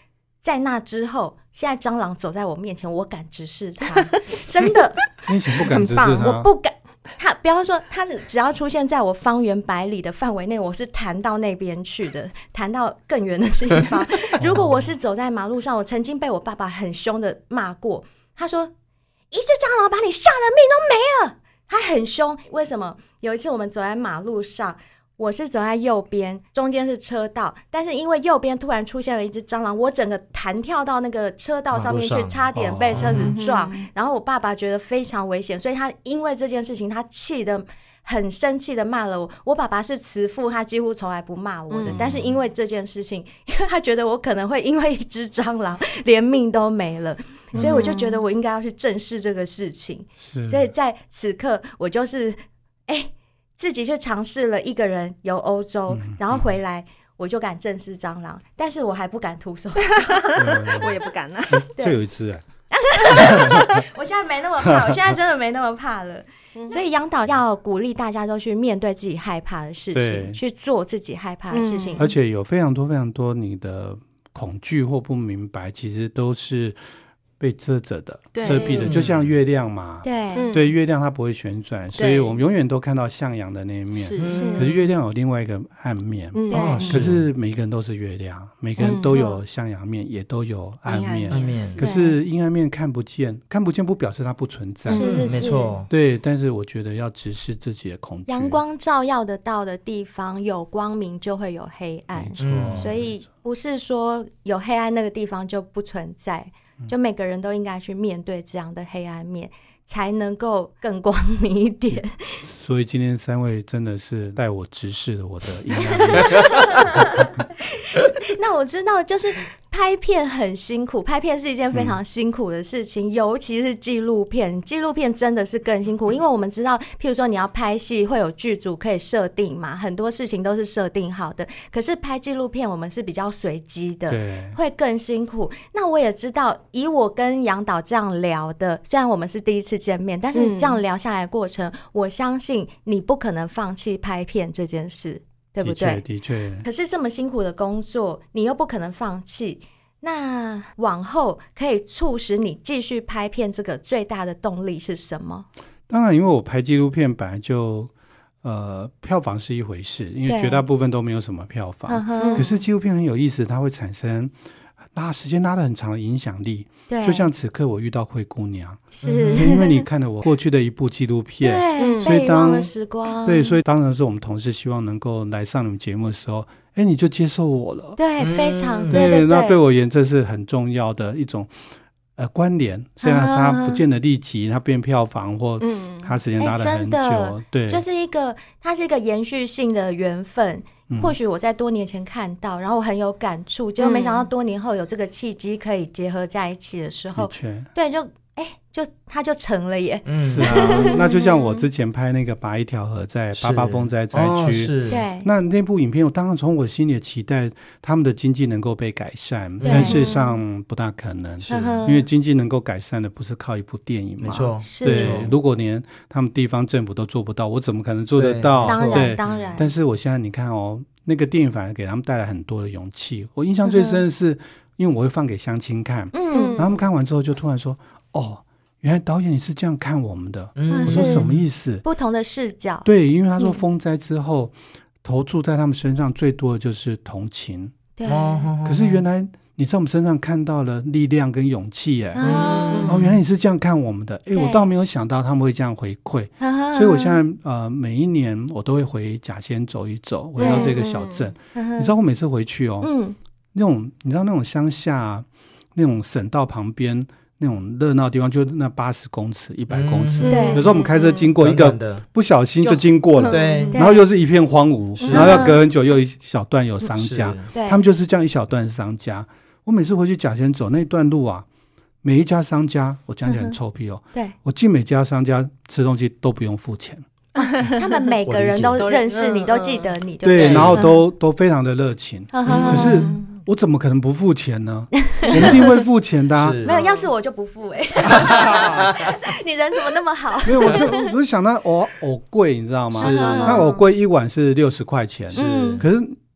在那之后，现在蟑螂走在我面前，我敢直视它，真的。 你以前不敢直视它？ 我不敢。他比方说，他只要出现在我方圆百里的范围内，我是弹到那边去的，弹到更远的地方。如果我是走在马路上，我曾经被我爸爸很凶的骂过，他说一只蟑螂把你吓得命都没了，他很凶。为什么？有一次我们走在马路上，我是走在右边，中间是车道，但是因为右边突然出现了一只蟑螂，我整个弹跳到那个车道上面去，差点被车子撞、哦、然后我爸爸觉得非常危险，所以他因为这件事情他气得很生气的骂了我。我爸爸是慈父，他几乎从来不骂我的、嗯、但是因为这件事情，因为他觉得我可能会因为一只蟑螂连命都没了，所以我就觉得我应该要去正视这个事情、嗯、所以在此刻我就是哎自己去尝试了一个人游欧洲、嗯、然后回来我就敢正视蟑螂，但是我还不敢徒手我也不敢啊。 这有一只哎我现在没那么怕，我现在真的没那么怕了。所以杨导要鼓励大家都去面对自己害怕的事情，去做自己害怕的事情、嗯、 而且有非常多非常多你的恐惧或不明白其实都是被遮着的遮蔽的，就像月亮嘛， 对对，月亮它不会旋转，所以我们永远都看到向阳的那一面，是是，可是月亮有另外一个暗面、嗯哦、可是每个人都是月亮，每个人都有向阳面、嗯、也都有暗面，暗面可是阴暗面看不见，看不见不表示它不存在， 是是是， 没错， 对，但是我觉得要直视自己的恐惧， 阳光照耀得到的地方有光明就会有黑暗，没错、嗯、所以不是说有黑暗那个地方就不存在，就每个人都应该去面对这样的黑暗面，才能够更光明一点。 所以今天三位真的是带我直视了我的阴暗面。 那我知道就是拍片很辛苦，拍片是一件非常辛苦的事情、嗯、尤其是纪录片，纪录片真的是更辛苦，因为我们知道譬如说你要拍戏会有剧组可以设定嘛，很多事情都是设定好的，可是拍纪录片我们是比较随机的，会更辛苦。那我也知道以我跟杨导这样聊的，虽然我们是第一次见面，但是这样聊下来的过程、嗯、我相信你不可能放弃拍片这件事，对不对？ 的确， 可是这么辛苦的工作你又不可能放弃，那往后可以促使你继续拍片这个最大的动力是什么？ 当然因为我拍纪录片本来就呃，票房是一回事，因为绝大部分都没有什么票房，可是纪录片很有意思，它会产生拉时间拉得很长的影响力，对，就像此刻我遇到灰姑娘， 是因为你看了我过去的一部纪录片， 对， 所以当被遗忘的时光， 对，所以当然是我们同事希望能够来上你们节目的时候，哎，你就接受我了， 对，嗯、非常对对对对， 那对我而言这是很重要的一种呃关联，虽然它不见得立即它变票房或它时间拉得很久、嗯、对， 就是一个它是一个延续性的缘分，或许我在多年前看到，然后我很有感触，结果没想到多年后有这个契机可以结合在一起的时候，对，就哎，就它就成了耶。 嗯，是啊，那就像我之前拍那个拔一条河在八八风灾灾区， 哦、对， 那那部影片我当然从我心里期待他们的经济能够被改善，但事实上不大可能，是因为经济能够改善的不是靠一部电影嘛， 没错， 对，如果连他们地方政府都做不到，我怎么可能做得到？ 当然当然， 但是我现在你看哦，那个电影反而给他们带来很多的勇气。我印象最深的是，因为我会放给乡亲看，嗯，然后他们看完之后就突然说，哦，原来导演你是这样看我们的，嗯，我说什么意思？ 不同的视角， 对，因为他说风灾之后、嗯、投注在他们身上最多的就是同情， 对， 可是原来你在我们身上看到了力量跟勇气耶、嗯、哦，原来你是这样看我们的，哎，我倒没有想到他们会这样回馈，所以我现在呃每一年我都会回甲仙走一走，回到这个小镇，你知道我每次回去哦，嗯，那种你知道那种乡下、啊、那种省道旁边那种热闹的地方，就那八十公尺一百公尺、嗯、有时候我们开车经过一个不小心就经过了，对，然后又是一片荒芜，然后要隔很久又一小段有商家，他们就是这样一小段商家。我每次回去甲仙走那段路啊，每一家商家我讲起来很臭屁哦、嗯、对，我进每家商家吃东西都不用付钱， 他们每个人都认识你，都记得你就对，对，然后都都非常的热情、嗯、可是我怎么可能不付钱呢？我一定会付钱的、啊、 没有，要是我就不付哎、欸。你人怎么那么好？ 没有，我就我就想到藕藕桂，你知道吗？那藕桂一碗是六十块钱，是，可是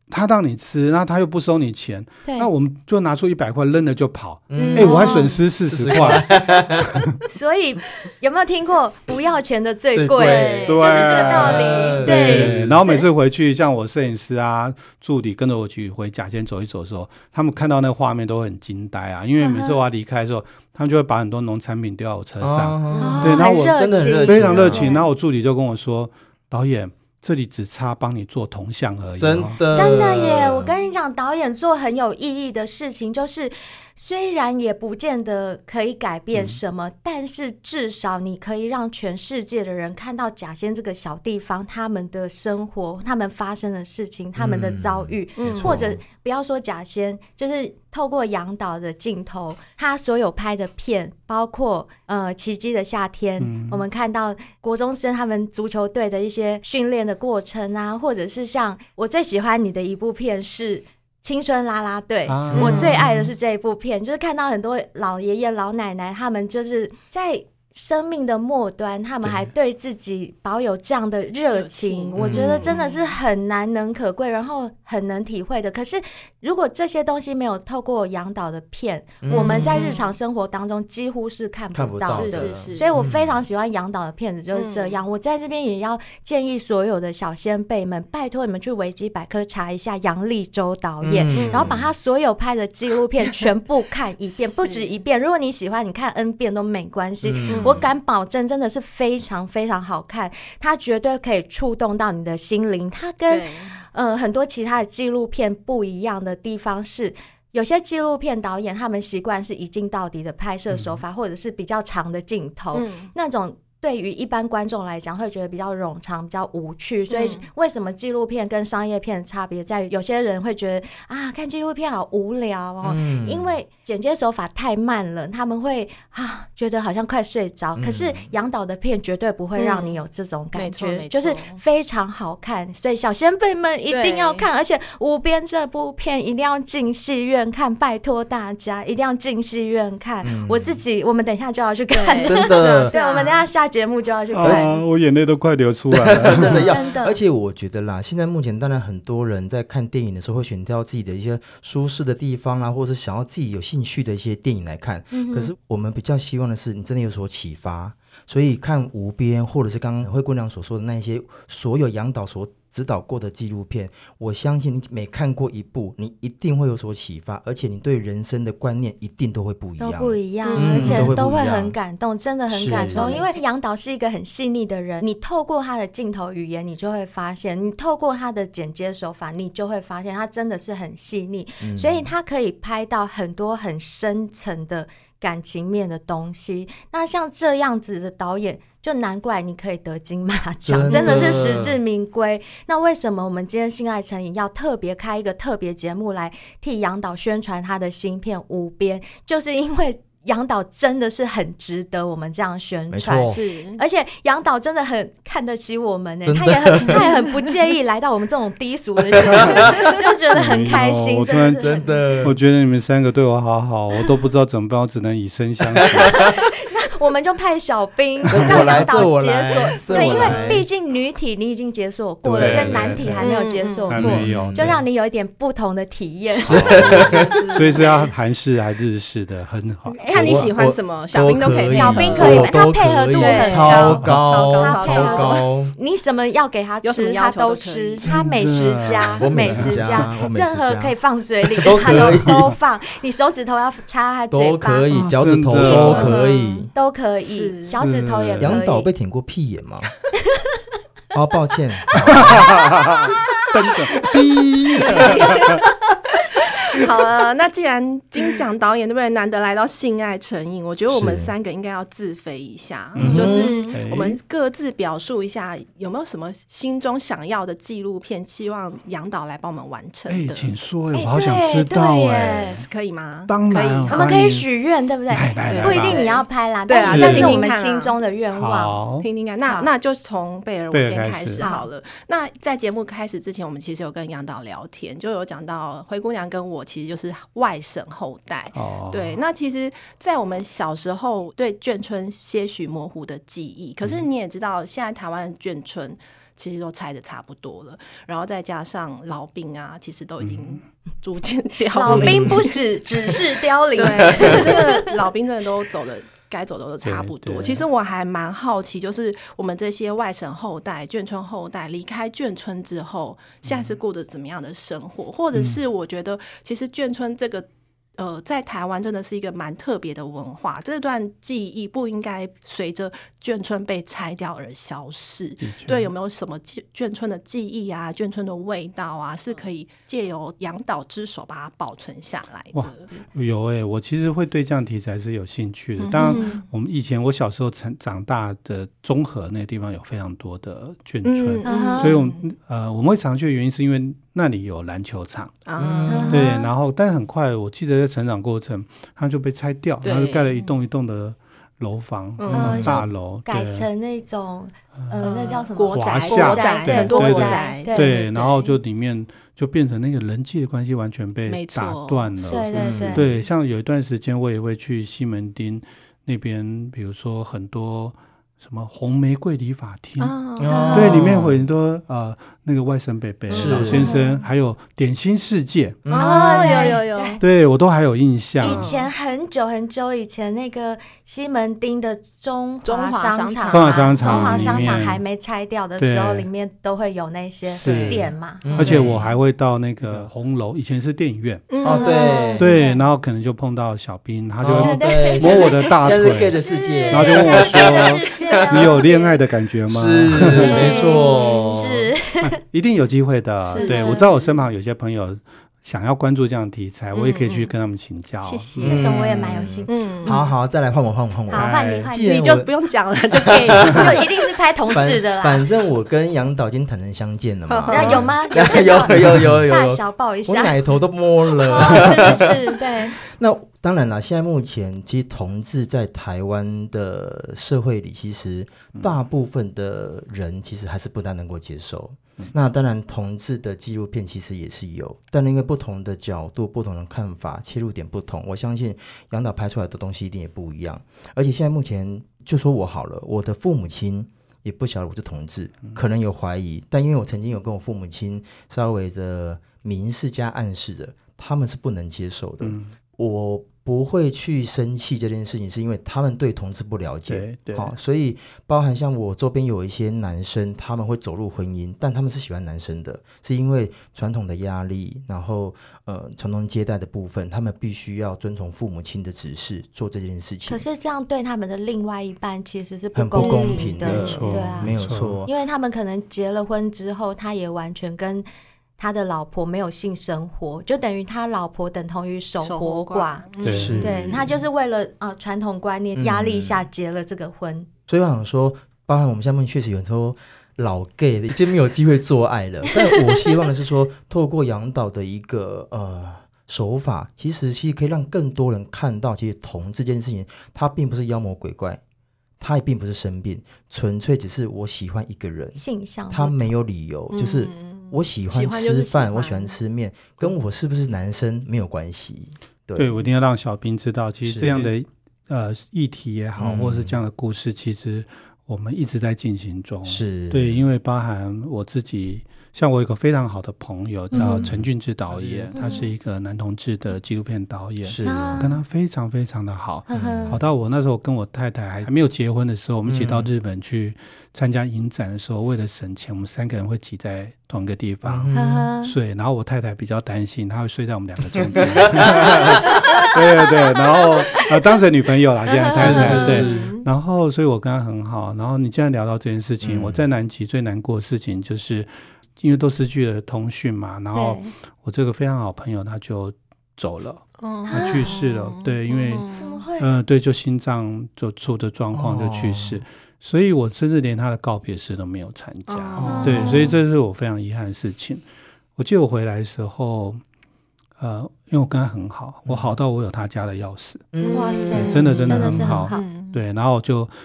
他让你吃，那他又不收你钱，那我们就拿出一百块扔了就跑，哎、 嗯欸，我还损失四十块。 所以有没有听过不要钱的最贵？ 对， 就是这个道理。对， 对，然后每次回去，像我摄影师啊、助理跟着我去回甲仙走一走的时候，他们看到那个画面都会很惊呆啊，因为每次我要离开的时候，他们就会把很多农产品丢到我车上， 哦、 对，然后我真的很热情， 非常热情，然后我助理就跟我说，导演。这里只差帮你做铜像而已、哦， 真的真的耶！我跟你讲，导演做很有意义的事情，就是虽然也不见得可以改变什么，嗯、但是至少你可以让全世界的人看到甲仙这个小地方他们的生活、他们发生的事情、他们的遭遇，嗯、或者不要说甲仙，就是透过杨导的镜头，他所有拍的片，包括呃《奇迹的夏天》嗯，我们看到国中生他们足球队的一些训练的过程啊，或者是像我最喜欢你的一部片是青春啦啦队、啊、我最爱的是这一部片，就是看到很多老爷爷老奶奶他们就是在生命的末端，他们还对自己保有这样的热情，我觉得真的是很难能可贵，然后很能体会的。可是如果这些东西没有透过杨导的片、嗯、我们在日常生活当中几乎是看不到的， 是是是， 所以我非常喜欢杨导的片子就是这样、嗯、我在这边也要建议所有的小先辈们，拜托你们去维基百科查一下杨立洲导演、嗯、然后把他所有拍的纪录片全部看一遍不止一遍，如果你喜欢你看 N 遍都没关系、嗯、我敢保证真的是非常非常好看，它绝对可以触动到你的心灵。它跟呃很多其他的纪录片不一样的地方是，有些纪录片导演他们习惯是一镜到底的拍摄手法、嗯、或者是比较长的镜头、嗯、那种对于一般观众来讲会觉得比较冗长比较无趣，所以为什么纪录片跟商业片的差别在于有些人会觉得啊看纪录片好无聊哦、嗯、因为剪接手法太慢了，他们会啊觉得好像快睡着、嗯、可是杨导的片绝对不会让你有这种感觉、嗯、就是非常好看，所以小先辈们一定要看，而且无边这部片一定要进戏院看，拜托大家一定要进戏院看、嗯、我自己我们等一下就要去看， 真的对，我们等一下下节目就要去看、 啊、我眼泪都快流出来了真的要真的，而且我觉得啦，现在目前当然很多人在看电影的时候会选挑自己的一些舒适的地方啦，或者是想要自己有兴趣的一些电影来看、嗯、可是我们比较希望的是你真的有所启发，所以看无边或者是刚刚灰姑娘所说的那些所有杨导所指导过的纪录片，我相信你每看过一部你一定会有所启发，而且你对人生的观念一定都会不一样， 都不一样、嗯、而且都会很感动，真的很感动，因为杨导是一个很细腻的人，你透过他的镜头语言你就会发现，你透过他的剪接手法你就会发现他真的是很细腻、嗯、所以他可以拍到很多很深层的感情面的东西，那像这样子的导演就难怪你可以得金马奖，真的是实至名归。那为什么我们今天性爱成瘾要特别开一个特别节目来替杨导宣传他的新片无边，就是因为杨导真的是很值得我们这样宣传，是，而且杨导真的很看得起我们，他也很他也很不介意来到我们这种低俗的节目就觉得很开心、 哎、我突然真的我觉得你们三个对我好好，我都不知道怎么办，我只能以身相许我们就派小兵让杨导解锁，对，因为毕竟女体你已经解锁过了，就男体还没有解锁过，就让你有一点不同的体验所以是要韩式还是日式的很好， 看你喜欢什么，小兵都可以， 小兵可以，他配合度很超高， 他配合度，你什么要给他吃他都吃，他美食家，美食家，任何可以放嘴里的他都都放，你手指头要插他嘴巴都可以，脚趾头都可以， 都可以，脚趾头也可以。 杨导被舔过屁眼吗？哦，抱歉真的好了，那既然金奖导演对不对，难得来到性爱成瘾，我觉得我们三个应该要自肥一下，就是我们各自表述一下有没有什么心中想要的纪录片，希望杨导来帮我们完成的。 哎、欸，请说，我好想知道哎、欸， 可以吗？ 当然， 我们可以许愿，对不对？不一定你要拍啦，对啊，这是我们心中的愿望， 听听看。那那就从贝尔我先开始好了。那在节目开始之前，我们其实有跟杨导聊天，就有讲到灰姑娘跟我其实就是外省后代、哦、对，那其实在我们小时候对眷村些许模糊的记忆，可是你也知道现在台湾的眷村其实都拆的差不多了，然后再加上老兵啊，其实都已经逐渐凋零。 老兵不死，只是凋零。 对，就是这个老兵真的都走的。该走的都差不多。其实我还蛮好奇，就是我们这些外省后代、眷村后代离开眷村之后，现在是过得怎么样的生活？嗯、或者是我觉得，其实眷村这个。呃，在台湾真的是一个蛮特别的文化，这段记忆不应该随着眷村被拆掉而消失。对，有没有什么眷村的记忆啊，眷村的味道啊，是可以借由阳岛之手把它保存下来的？ 哇，有哎、欸，我其实会对这样题材是有兴趣的。当然，我们以前我小时候成长大的中和那个地方有非常多的眷村，嗯、所以我们呃我们会常去的原因是因为那里有篮球场，嗯、对，然后但很快我记得在成长过程它就被拆掉，然后就盖了一栋一栋的楼房、嗯、大楼， 改成那种呃那叫什么国宅， 国宅很多国宅， 对，对，然后就里面就变成那个人际的关系完全被打断了。 对对对， 对，像有一段时间我也会去西门町那边，比如说很多什么红玫瑰理发厅、哦、对，里面会很多呃那个外省伯伯老先生，还有点心世界哦，有有有， 对我都还有印象。 以前很久很久以前，那个西门町的中华商场、 中华商场、 中华商场还没拆掉的时候，里面都会有那些店嘛。 而且我还会到那个红楼，以前是电影院哦，对对，然后可能就碰到小兵，他就会摸我的大腿，然后就问我说。只有恋爱的感觉吗？ 是，没错， 是、 啊，一定有机会的。对，我知道我身旁有些朋友想要关注这样的题材，嗯、我也可以去跟他们请教。 谢谢，这种我也蛮有兴趣。 嗯，好好，再来换我，换我，换我。 好，换你，换你， 你就不用讲了，就可以， 就一定是拍同志的啦。 反正我跟杨导已经坦诚相见了嘛。 那有吗？ 有有有有有， 大小抱一下， 我奶头都摸了。 哦、是是是，对。 那当然啦，现在目前其实同志在台湾的社会里，其实大部分的人其实还是不大能够接受。嗯、那当然，同志的纪录片其实也是有，但因为不同的角度、不同的看法、切入点不同，我相信杨导拍出来的东西一定也不一样。而且现在目前就说我好了，我的父母亲也不晓得我是同志，可能有怀疑，但因为我曾经有跟我父母亲稍微的明示加暗示的，他们是不能接受的。嗯，我不会去生气这件事情，是因为他们对同志不了解， 对对、 哦，所以包含像我周边有一些男生，他们会走入婚姻，但他们是喜欢男生的，是因为传统的压力，然后呃传统接待的部分，他们必须要遵从父母亲的指示做这件事情。 可是这样对他们的另外一半其实是不公平的， 的对啊， 没有错， 因为他们可能结了婚之后，他也完全跟他的老婆没有性生活，就等于他老婆等同于守活寡， 对对，他就是为了呃传统观念压力下结了这个婚。嗯、 所以我想说，包含我们下面确实有很多老 gay 的已经没有机会做爱了，但我希望的是说，透过杨导的一个呃手法，其实其实可以让更多人看到，其实同这件事情，它并不是妖魔鬼怪。他也并不是生病，纯粹只是我喜欢一个人， 性向他没有理由，嗯、就是我喜欢吃饭，我喜欢吃面，跟我是不是男生没有关系。对， 对，我一定要让小兵知道，其实这样的呃议题也好，嗯、或者是这样的故事，其实我们一直在进行中。 是， 对，因为包含我自己。像我有一个非常好的朋友叫陈俊志导演、嗯、他是一个男同志的纪录片导演， 是我跟他非常非常的好、嗯、好到我那时候跟我太太还没有结婚的时候，我们一起到日本去参加影展的时候、嗯、为了省钱，我们三个人会挤在同一个地方、嗯、睡，然后我太太比较担心，她会睡在我们两个中间对对对，然后、呃、当时的女朋友啦，现在太太对，然后所以我跟她很好。然后你既然聊到这件事情、嗯、我在南极最难过的事情就是因为都失去了通讯嘛，然后我这个非常好朋友他就走了，他去世了，对，因为怎么会？ 呃，对，就心脏就出的状况就去世，所以我甚至连他的告别式都没有参加，对，所以这是我非常遗憾的事情。我记得我回来的时候，呃，因为我跟他很好，我好到我有他家的钥匙， 哇塞， 真的真的很好，对，然后我就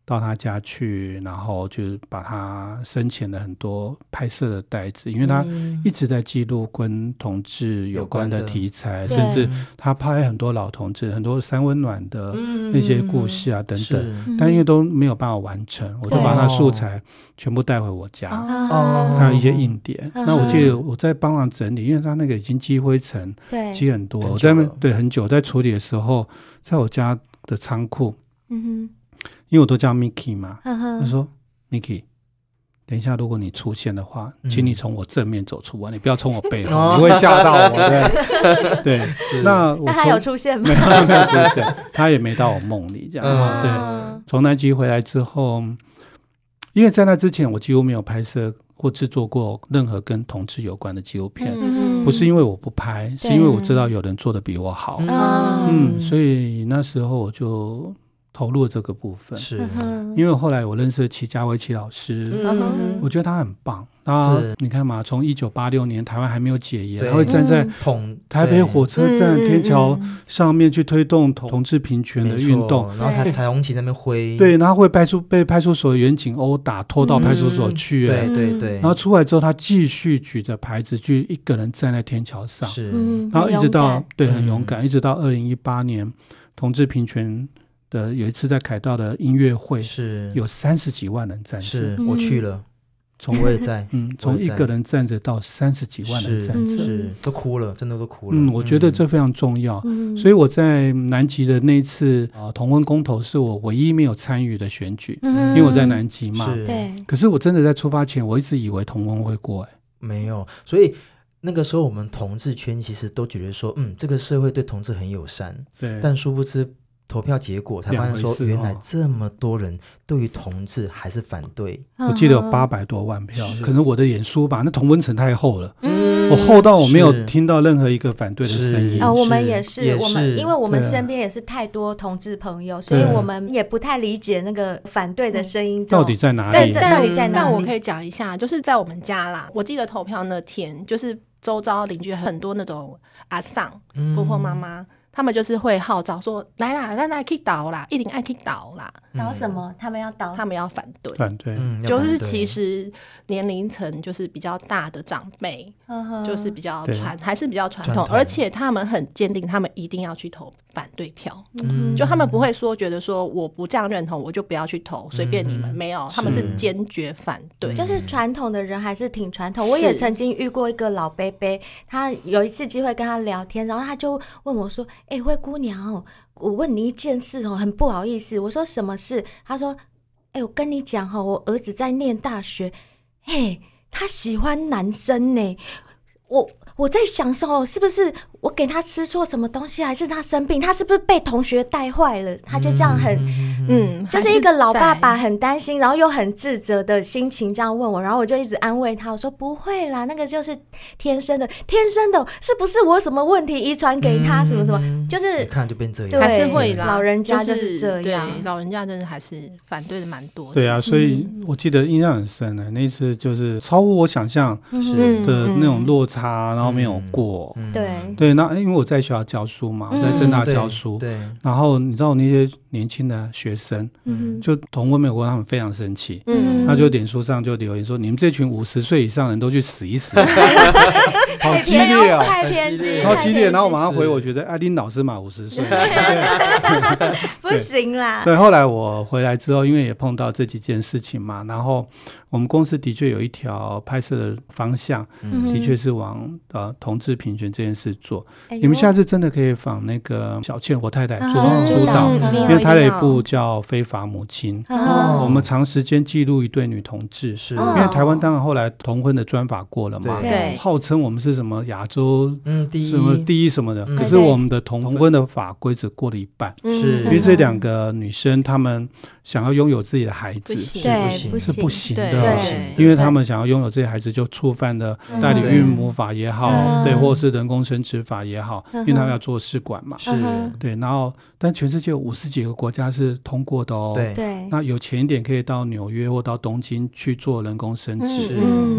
到他家去，然后就把他生前的很多拍摄的带子，因为他一直在记录跟同志有关的题材，甚至他拍很多老同志很多三温暖的那些故事啊等等，但因为都没有办法完成，我就把他素材全部带回我家，还有一些硬碟。那我记得我在帮忙整理，因为他那个已经积灰尘，积很多，我在那对很久在处理的时候，在我家的仓库，嗯哼，因为我都叫 Mickey 嘛，他说 Mickey， 等一下如果你出现的话，嗯、请你从我正面走出来，你不要从我背后，你会吓到我。对，对那我他有出现吗？ 没有，他没有出现，他也没到我梦里这样。嗯、对，从南极回来之后，因为在那之前我几乎没有拍摄或制作过任何跟同志有关的纪录片，嗯、不是因为我不拍，是因为我知道有人做得比我好，嗯，所以那时候我就投入了这个部分。是，因为后来我认识齐家威齐老师，嗯、我觉得他很棒。他你看嘛，从一九八六年台湾还没有解严，他会站在台北火车站天桥上面去推动同志平权的运动， 然后彩彩虹旗在那边挥， 对，然后会派出被派出所的员警殴打，拖到派出所去， 对对对， 然后出来之后，他继续举着牌子，去一个人站在天桥上，是，然后一直到对很勇敢，一直到二零一八年同志平权的有一次在凯道的音乐会，是有三十几万人站着， 是我去了。从我也在， 嗯，从一个人站着到三十几万人站着， 是, 是都哭了，真的都哭了。 嗯，我觉得这非常重要。嗯、所以我在南极的那一次啊、呃、同婚公投是我唯一没有参与的选举，嗯、因为我在南极嘛。对。可是我真的在出发前，我一直以为同婚会过、欸，哎， 没有。所以那个时候我们同志圈其实都觉得说，嗯，这个社会对同志很友善，对。但殊不知。投票结果才发现说，原来这么多人对于同志还是反对。 我记得有八百多万票，可能我的脸书吧，那同温层太厚了，嗯、我厚到我没有听到任何一个反对的声音。 啊、哦，我们也是，也是我们因为我们身边也是太多同志朋友，所以我们也不太理解那个反对的声音到底在哪里。 对，到底在哪里？ 但我可以讲一下，就是在我们家啦，我记得投票那天，就是周遭邻居很多那种阿桑、嗯、婆婆妈妈。他们就是会号召说，来啦，咱来去倒啦，一定爱去倒啦。 倒什么？他们要倒？ 他们要反对， 反对， 嗯、就是其实年龄层就是比较大的长辈，嗯、就是比较传，还是比较传统，而且他们很坚定，他们一定要去投反对票。嗯、就他们不会说觉得说我不这样认同，我就不要去投，随便你们，嗯、没有，他们是坚决反对。 就是传统的人还是挺传统。我也曾经遇过一个老伯伯，他有一次机会跟他聊天，然后他就问我说：“哎、欸，灰姑娘哦，我问你一件事哦，很不好意思。”我说：“什么事？”他说：“哎、欸，我跟你讲哈，我儿子在念大学，嘿，他喜欢男生呢。我我在想说，是不是我给他吃错什么东西，还是他生病？他是不是被同学带坏了？”他就这样很嗯，就是一个老爸爸很担心，然后又很自责的心情这样问我，然后我就一直安慰他，我说不会啦，那个就是天生的，天生的，是不是我有什么问题遗传给他什么什么？就是一看就变这样， 还是会啦， 老人家就是这样， 对，老人家真的还是反对的蛮多的。 对啊，所以我记得印象很深的那一次，就是超乎我想象的那种落差，然后没有过。 对对，那因为我在学校教书嘛，我在政大教书，对，然后你知道那些年轻的学生，嗯，就同婚没有过，他们非常生气，嗯，他就脸书上就留言说：“你们这群五十岁以上的人都去死一死！”好激烈啊， 太偏激， 超激烈。然后我马上回，我觉得阿丁老师嘛，五十岁， 不行啦。 对，后来我回来之后，因为也碰到这几件事情嘛，然后我们公司的确有一条拍摄的方向，嗯、的确是往呃同志平权这件事做。哎、你们下次真的可以访那个小倩我太太做主导，因为她的一部叫《非法母亲》，哦、我们长时间记录一对女同志，是因为台湾当然后来同婚的专法过了嘛，对，号称我们是什么亚洲嗯第一什么第一什么的，嗯、可是我们的同婚的法规只过了一半，是因为这两个女生她们想要拥有自己的孩子是不行是不行的，因为他们想要拥有这些孩子就触犯了代理孕母法也好，嗯、对，或是人工生殖法也好，嗯、因为他们要做试管嘛，是对，然后但全世界有五十几个国家是通过的哦，对，那有钱一点可以到纽约或到东京去做人工生殖，嗯、那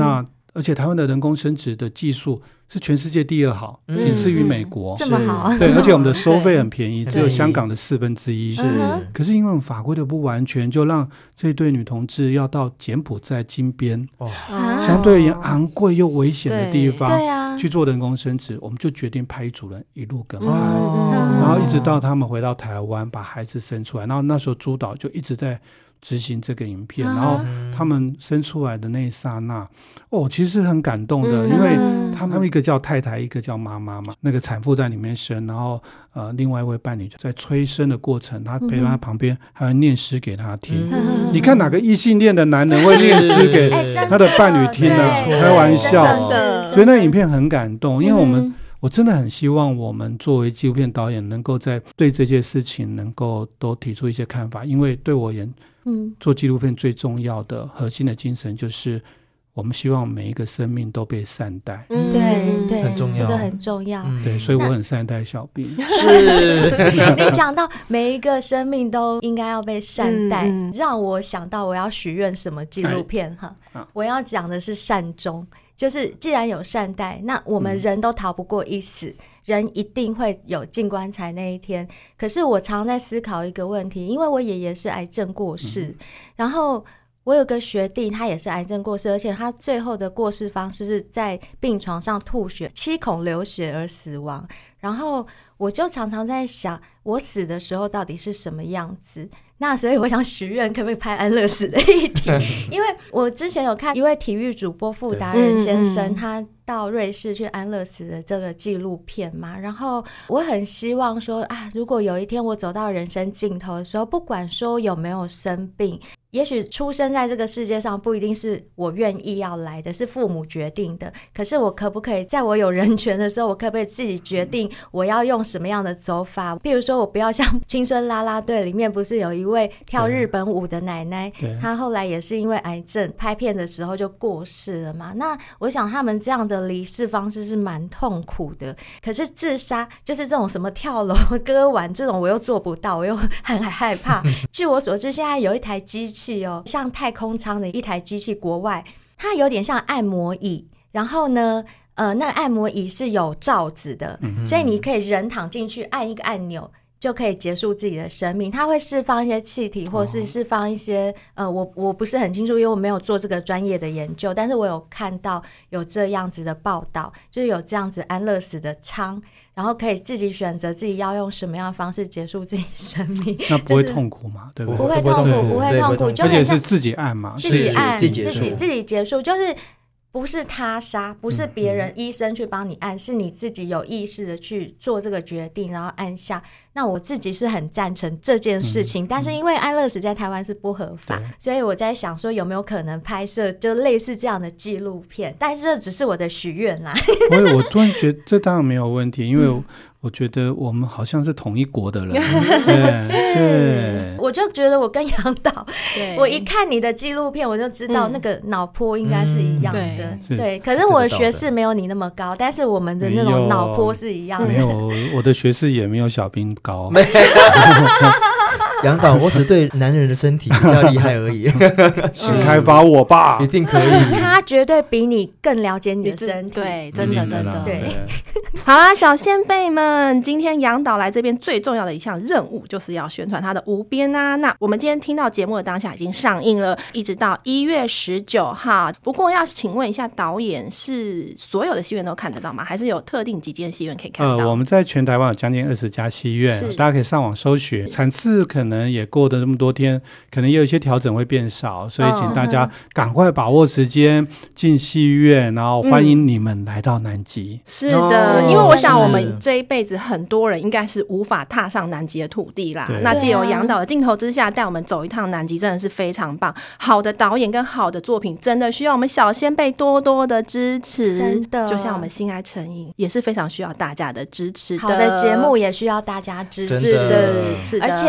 而且台湾的人工生殖的技术是全世界第二好，仅次于美国、 嗯、这么好， 对，而且我们的收费很便宜，只有香港的四分之一。 是， 可是因为我们法规的不完全，就让这对女同志要到柬埔寨金边、哦、相对而言昂贵又危险的地方对啊去做人工生殖，我们就决定派主任一路跟拍、哦、然后一直到他们回到台湾把孩子生出来，然后那时候朱导就一直在执行这个影片、啊、然后他们生出来的那一刹那哦，其实很感动的、嗯、因为他们一个叫太太一个叫妈妈嘛，那个产妇在里面生，然后呃，另外一位伴侣在催生的过程他陪在他旁边、嗯、还会念诗给他听、嗯、你看哪个异性恋的男人会念诗给他的伴侣听呢、啊？开玩笑嘛，所以那影片很感动，因为我们、嗯我真的很希望我们作为纪录片导演能够在对这些事情能够都提出一些看法，因为对我而言、嗯、做纪录片最重要的核心的精神就是我们希望每一个生命都被善待、 嗯、对对， 很重要， 这个很重要、 嗯、对，所以我很善待小兵是你讲到每一个生命都应该要被善待、嗯、让我想到我要许愿什么纪录片、哎啊、我要讲的是善终，就是既然有善待，那我们人都逃不过一死、嗯、人一定会有进棺材那一天。可是我常在思考一个问题，因为我爷爷是癌症过世、嗯、然后我有个学弟他也是癌症过世，而且他最后的过世方式是在病床上吐血，七孔流血而死亡。然后我就常常在想我死的时候到底是什么样子，那所以我想许愿可不可以拍安乐死的议题因为我之前有看一位体育主播傅达人先生他到瑞士去安乐死的这个纪录片嘛，然后我很希望说啊，如果有一天我走到人生尽头的时候，不管说有没有生病，也许出生在这个世界上不一定是我愿意要来的，是父母决定的，可是我可不可以在我有人权的时候，我可不可以自己决定我要用什么样的走法？比如说我不要像青春啦啦队里面不是有一位跳日本舞的奶奶，她后来也是因为癌症拍片的时候就过世了嘛，那我想他们这样的离世方式是蛮痛苦的，可是自杀就是这种什么跳楼割腕这种我又做不到，我又很害怕据我所知现在有一台机器哦，像太空舱的一台机器，国外它有点像按摩椅，然后呢呃，那个按摩椅是有罩子的、嗯、所以你可以人躺进去按一个按钮就可以结束自己的生命，它会释放一些气体或是释放一些、哦、呃，我我不是很清楚，因为我没有做这个专业的研究，但是我有看到有这样子的报道，就是有这样子安乐死的舱，然后可以自己选择自己要用什么样的方式结束自己生命。 那不会痛苦吗？对不对？ 不会痛苦，不会痛苦，就而且是自己按嘛， 自己按， 自己自己自己结束，就是不是他杀，不是别人、嗯、医生去帮你按，是你自己有意识的去做这个决定，然后按下。那我自己是很赞成这件事情、嗯、但是因为安乐死在台湾是不合法、嗯、所以我在想说有没有可能拍摄就类似这样的纪录片，但是这只是我的许愿啦我, 我突然觉得这当然没有问题，因为我我觉得我们好像是同一国的人是不是？对，我就觉得我跟杨导，我一看你的纪录片我就知道那个脑波应该是一样的、嗯嗯、对, 对，可是我的学识没有你那么高，但是我们的那种脑波是一样的。 没有，我的学识也没有小兵高杨导，我只对男人的身体比较厉害而已请开发我吧一定可以他绝对比你更了解你的身体， 对，真的真的对好啦，小先辈们，今天杨导来这边最重要的一项任务就是要宣传他的无边啊。那我们今天听到节目的当下已经上映了，一直到一月十九号。不过要请问一下导演，是所有的戏院都看得到吗？还是有特定几间戏院可以看到？ 呃，我们在全台湾有将近二十家戏院，大家可以上网搜寻。产次可能也过了这么多天，可能也有一些调整会变少，所以请大家赶快把握时间进戏院，然后欢迎你们来到南极、嗯、 是的、哦，因为我想我们这一辈子很多人应该是无法踏上南极的土地啦，那藉由杨导的镜头之下带我们走一趟南极真的是非常棒。好的导演跟好的作品真的需要我们小先辈多多的支持， 真的就像我们心爱成瘾也是非常需要大家的支持的， 好的节目也需要大家支持的， 是的， 而且我常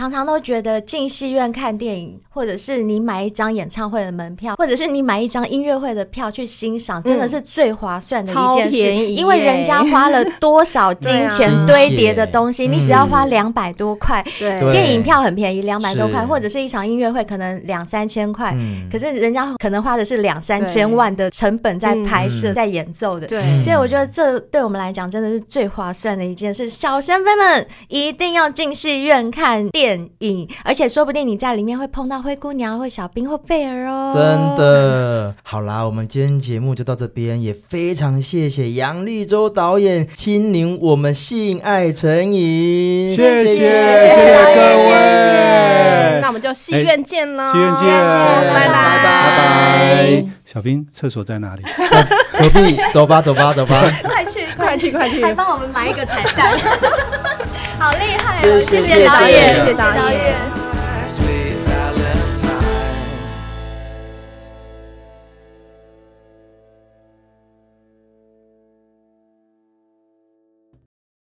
常常都觉得进戏院看电影，或者是你买一张演唱会的门票，或者是你买一张音乐会的票去欣赏，真的是最划算的一件事，因为人家花了多少金钱堆叠的东西，你只要花两百多块，对，电影票很便宜，两百多块，或者是一场音乐会可能两三千块，嗯，可是人家可能花的是两三千万的成本在拍摄、在演奏的，对，所以我觉得这对我们来讲真的是最划算的一件事。小先辈们一定要进戏院看电影，而且说不定你在里面会碰到灰姑娘或小兵或贝儿哦。 真的。好啦，我们今天节目就到这边，也非常谢谢杨力州导演亲临我们性爱成瘾， 谢谢谢谢各位，那我们就戏院见喽， 戏院见， 拜拜拜拜。小兵，厕所在哪里？ 隔壁，走吧走吧走吧， 快去快去快去， 还帮我们买一个彩蛋，好厉害哦！ 谢谢导演，谢谢导演。